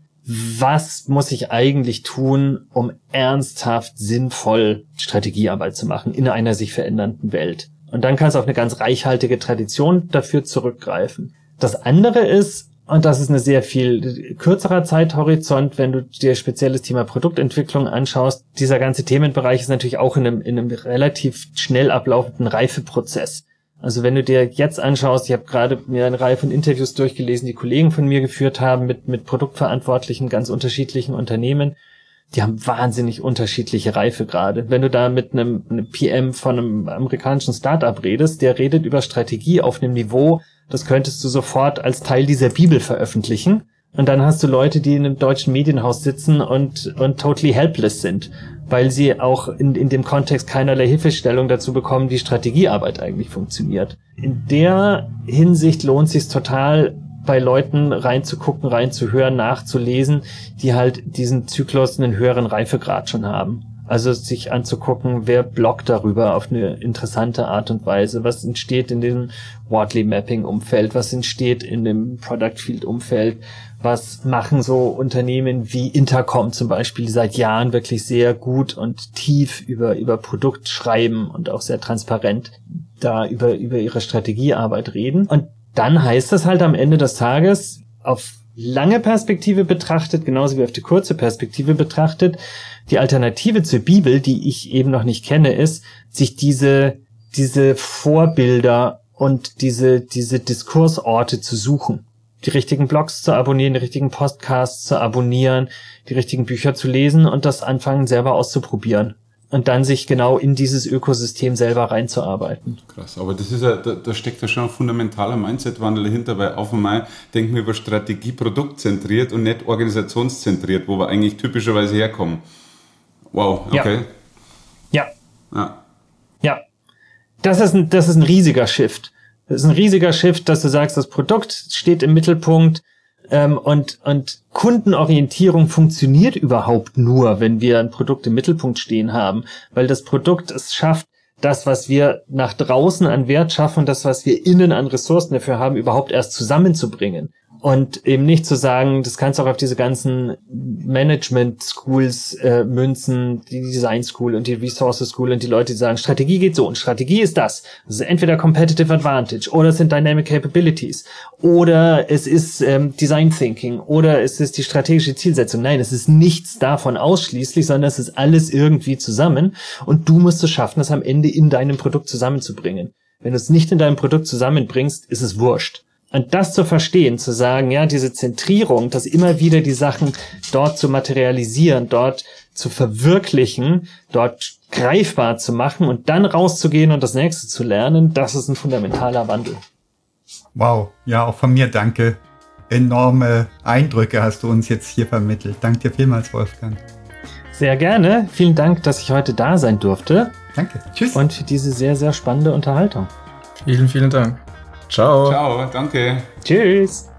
Was muss ich eigentlich tun, um ernsthaft sinnvoll Strategiearbeit zu machen in einer sich verändernden Welt? Und dann kannst du auf eine ganz reichhaltige Tradition dafür zurückgreifen. Das andere ist, und das ist eine sehr viel kürzerer Zeithorizont, wenn du dir spezielles Thema Produktentwicklung anschaust, dieser ganze Themenbereich ist natürlich auch in einem, in einem relativ schnell ablaufenden Reifeprozess. Also wenn du dir jetzt anschaust, ich habe gerade mir eine Reihe von Interviews durchgelesen, die Kollegen von mir geführt haben mit mit Produktverantwortlichen ganz unterschiedlichen Unternehmen, die haben wahnsinnig unterschiedliche Reifegrade. Wenn du da mit einem, einem P M von einem amerikanischen Startup redest, der redet über Strategie auf einem Niveau, das könntest du sofort als Teil dieser Bibel veröffentlichen. Und dann hast du Leute, die in einem deutschen Medienhaus sitzen und und totally helpless sind, weil sie auch in in dem Kontext keinerlei Hilfestellung dazu bekommen, wie Strategiearbeit eigentlich funktioniert. In der Hinsicht lohnt es sich total, bei Leuten reinzugucken, reinzuhören, nachzulesen, die halt diesen Zyklus einen höheren Reifegrad schon haben. Also sich anzugucken, wer bloggt darüber auf eine interessante Art und Weise, was entsteht in dem Wardley Mapping Umfeld, was entsteht in dem Product Field Umfeld, was machen so Unternehmen wie Intercom zum Beispiel, die seit Jahren wirklich sehr gut und tief über über Produkt schreiben und auch sehr transparent da über über ihre Strategiearbeit reden. Und dann heißt das halt am Ende des Tages, auf lange Perspektive betrachtet, genauso wie auf die kurze Perspektive betrachtet, die Alternative zur Bibel, die ich eben noch nicht kenne, ist, sich diese diese Vorbilder und diese diese Diskursorte zu suchen. Die richtigen Blogs zu abonnieren, die richtigen Podcasts zu abonnieren, die richtigen Bücher zu lesen und das anfangen selber auszuprobieren. Und dann sich genau in dieses Ökosystem selber reinzuarbeiten. Krass, aber das ist ja, da, da steckt ja schon ein fundamentaler Mindset-Wandel dahinter, weil auf einmal denken wir über Strategie produktzentriert und nicht organisationszentriert, wo wir eigentlich typischerweise herkommen. Wow, okay. Ja. Ja. Ja. Ja. Das ist ein, das ist ein riesiger Shift. Das ist ein riesiger Shift, dass du sagst, das Produkt steht im Mittelpunkt, ähm, und, und Kundenorientierung funktioniert überhaupt nur, wenn wir ein Produkt im Mittelpunkt stehen haben, weil das Produkt es schafft, das, was wir nach draußen an Wert schaffen und das, was wir innen an Ressourcen dafür haben, überhaupt erst zusammenzubringen. Und eben nicht zu sagen, das kannst du auch auf diese ganzen Management-Schools äh, münzen, die Design School und die Resource School und die Leute, die sagen, Strategie geht so und Strategie ist das. Das ist entweder Competitive Advantage oder es sind Dynamic Capabilities oder es ist ähm, Design Thinking oder es ist die strategische Zielsetzung. Nein, es ist nichts davon ausschließlich, sondern es ist alles irgendwie zusammen und du musst es schaffen, das am Ende in deinem Produkt zusammenzubringen. Wenn du es nicht in deinem Produkt zusammenbringst, ist es wurscht. Und das zu verstehen, zu sagen, ja, diese Zentrierung, das immer wieder die Sachen dort zu materialisieren, dort zu verwirklichen, dort greifbar zu machen und dann rauszugehen und das Nächste zu lernen, das ist ein fundamentaler Wandel. Wow, ja, auch von mir danke. Enorme Eindrücke hast du uns jetzt hier vermittelt. Danke dir vielmals, Wolfgang. Sehr gerne. Vielen Dank, dass ich heute da sein durfte. Danke. Tschüss. Und für diese sehr, sehr spannende Unterhaltung. Vielen, vielen Dank. Ciao. Ciao, danke. Tschüss.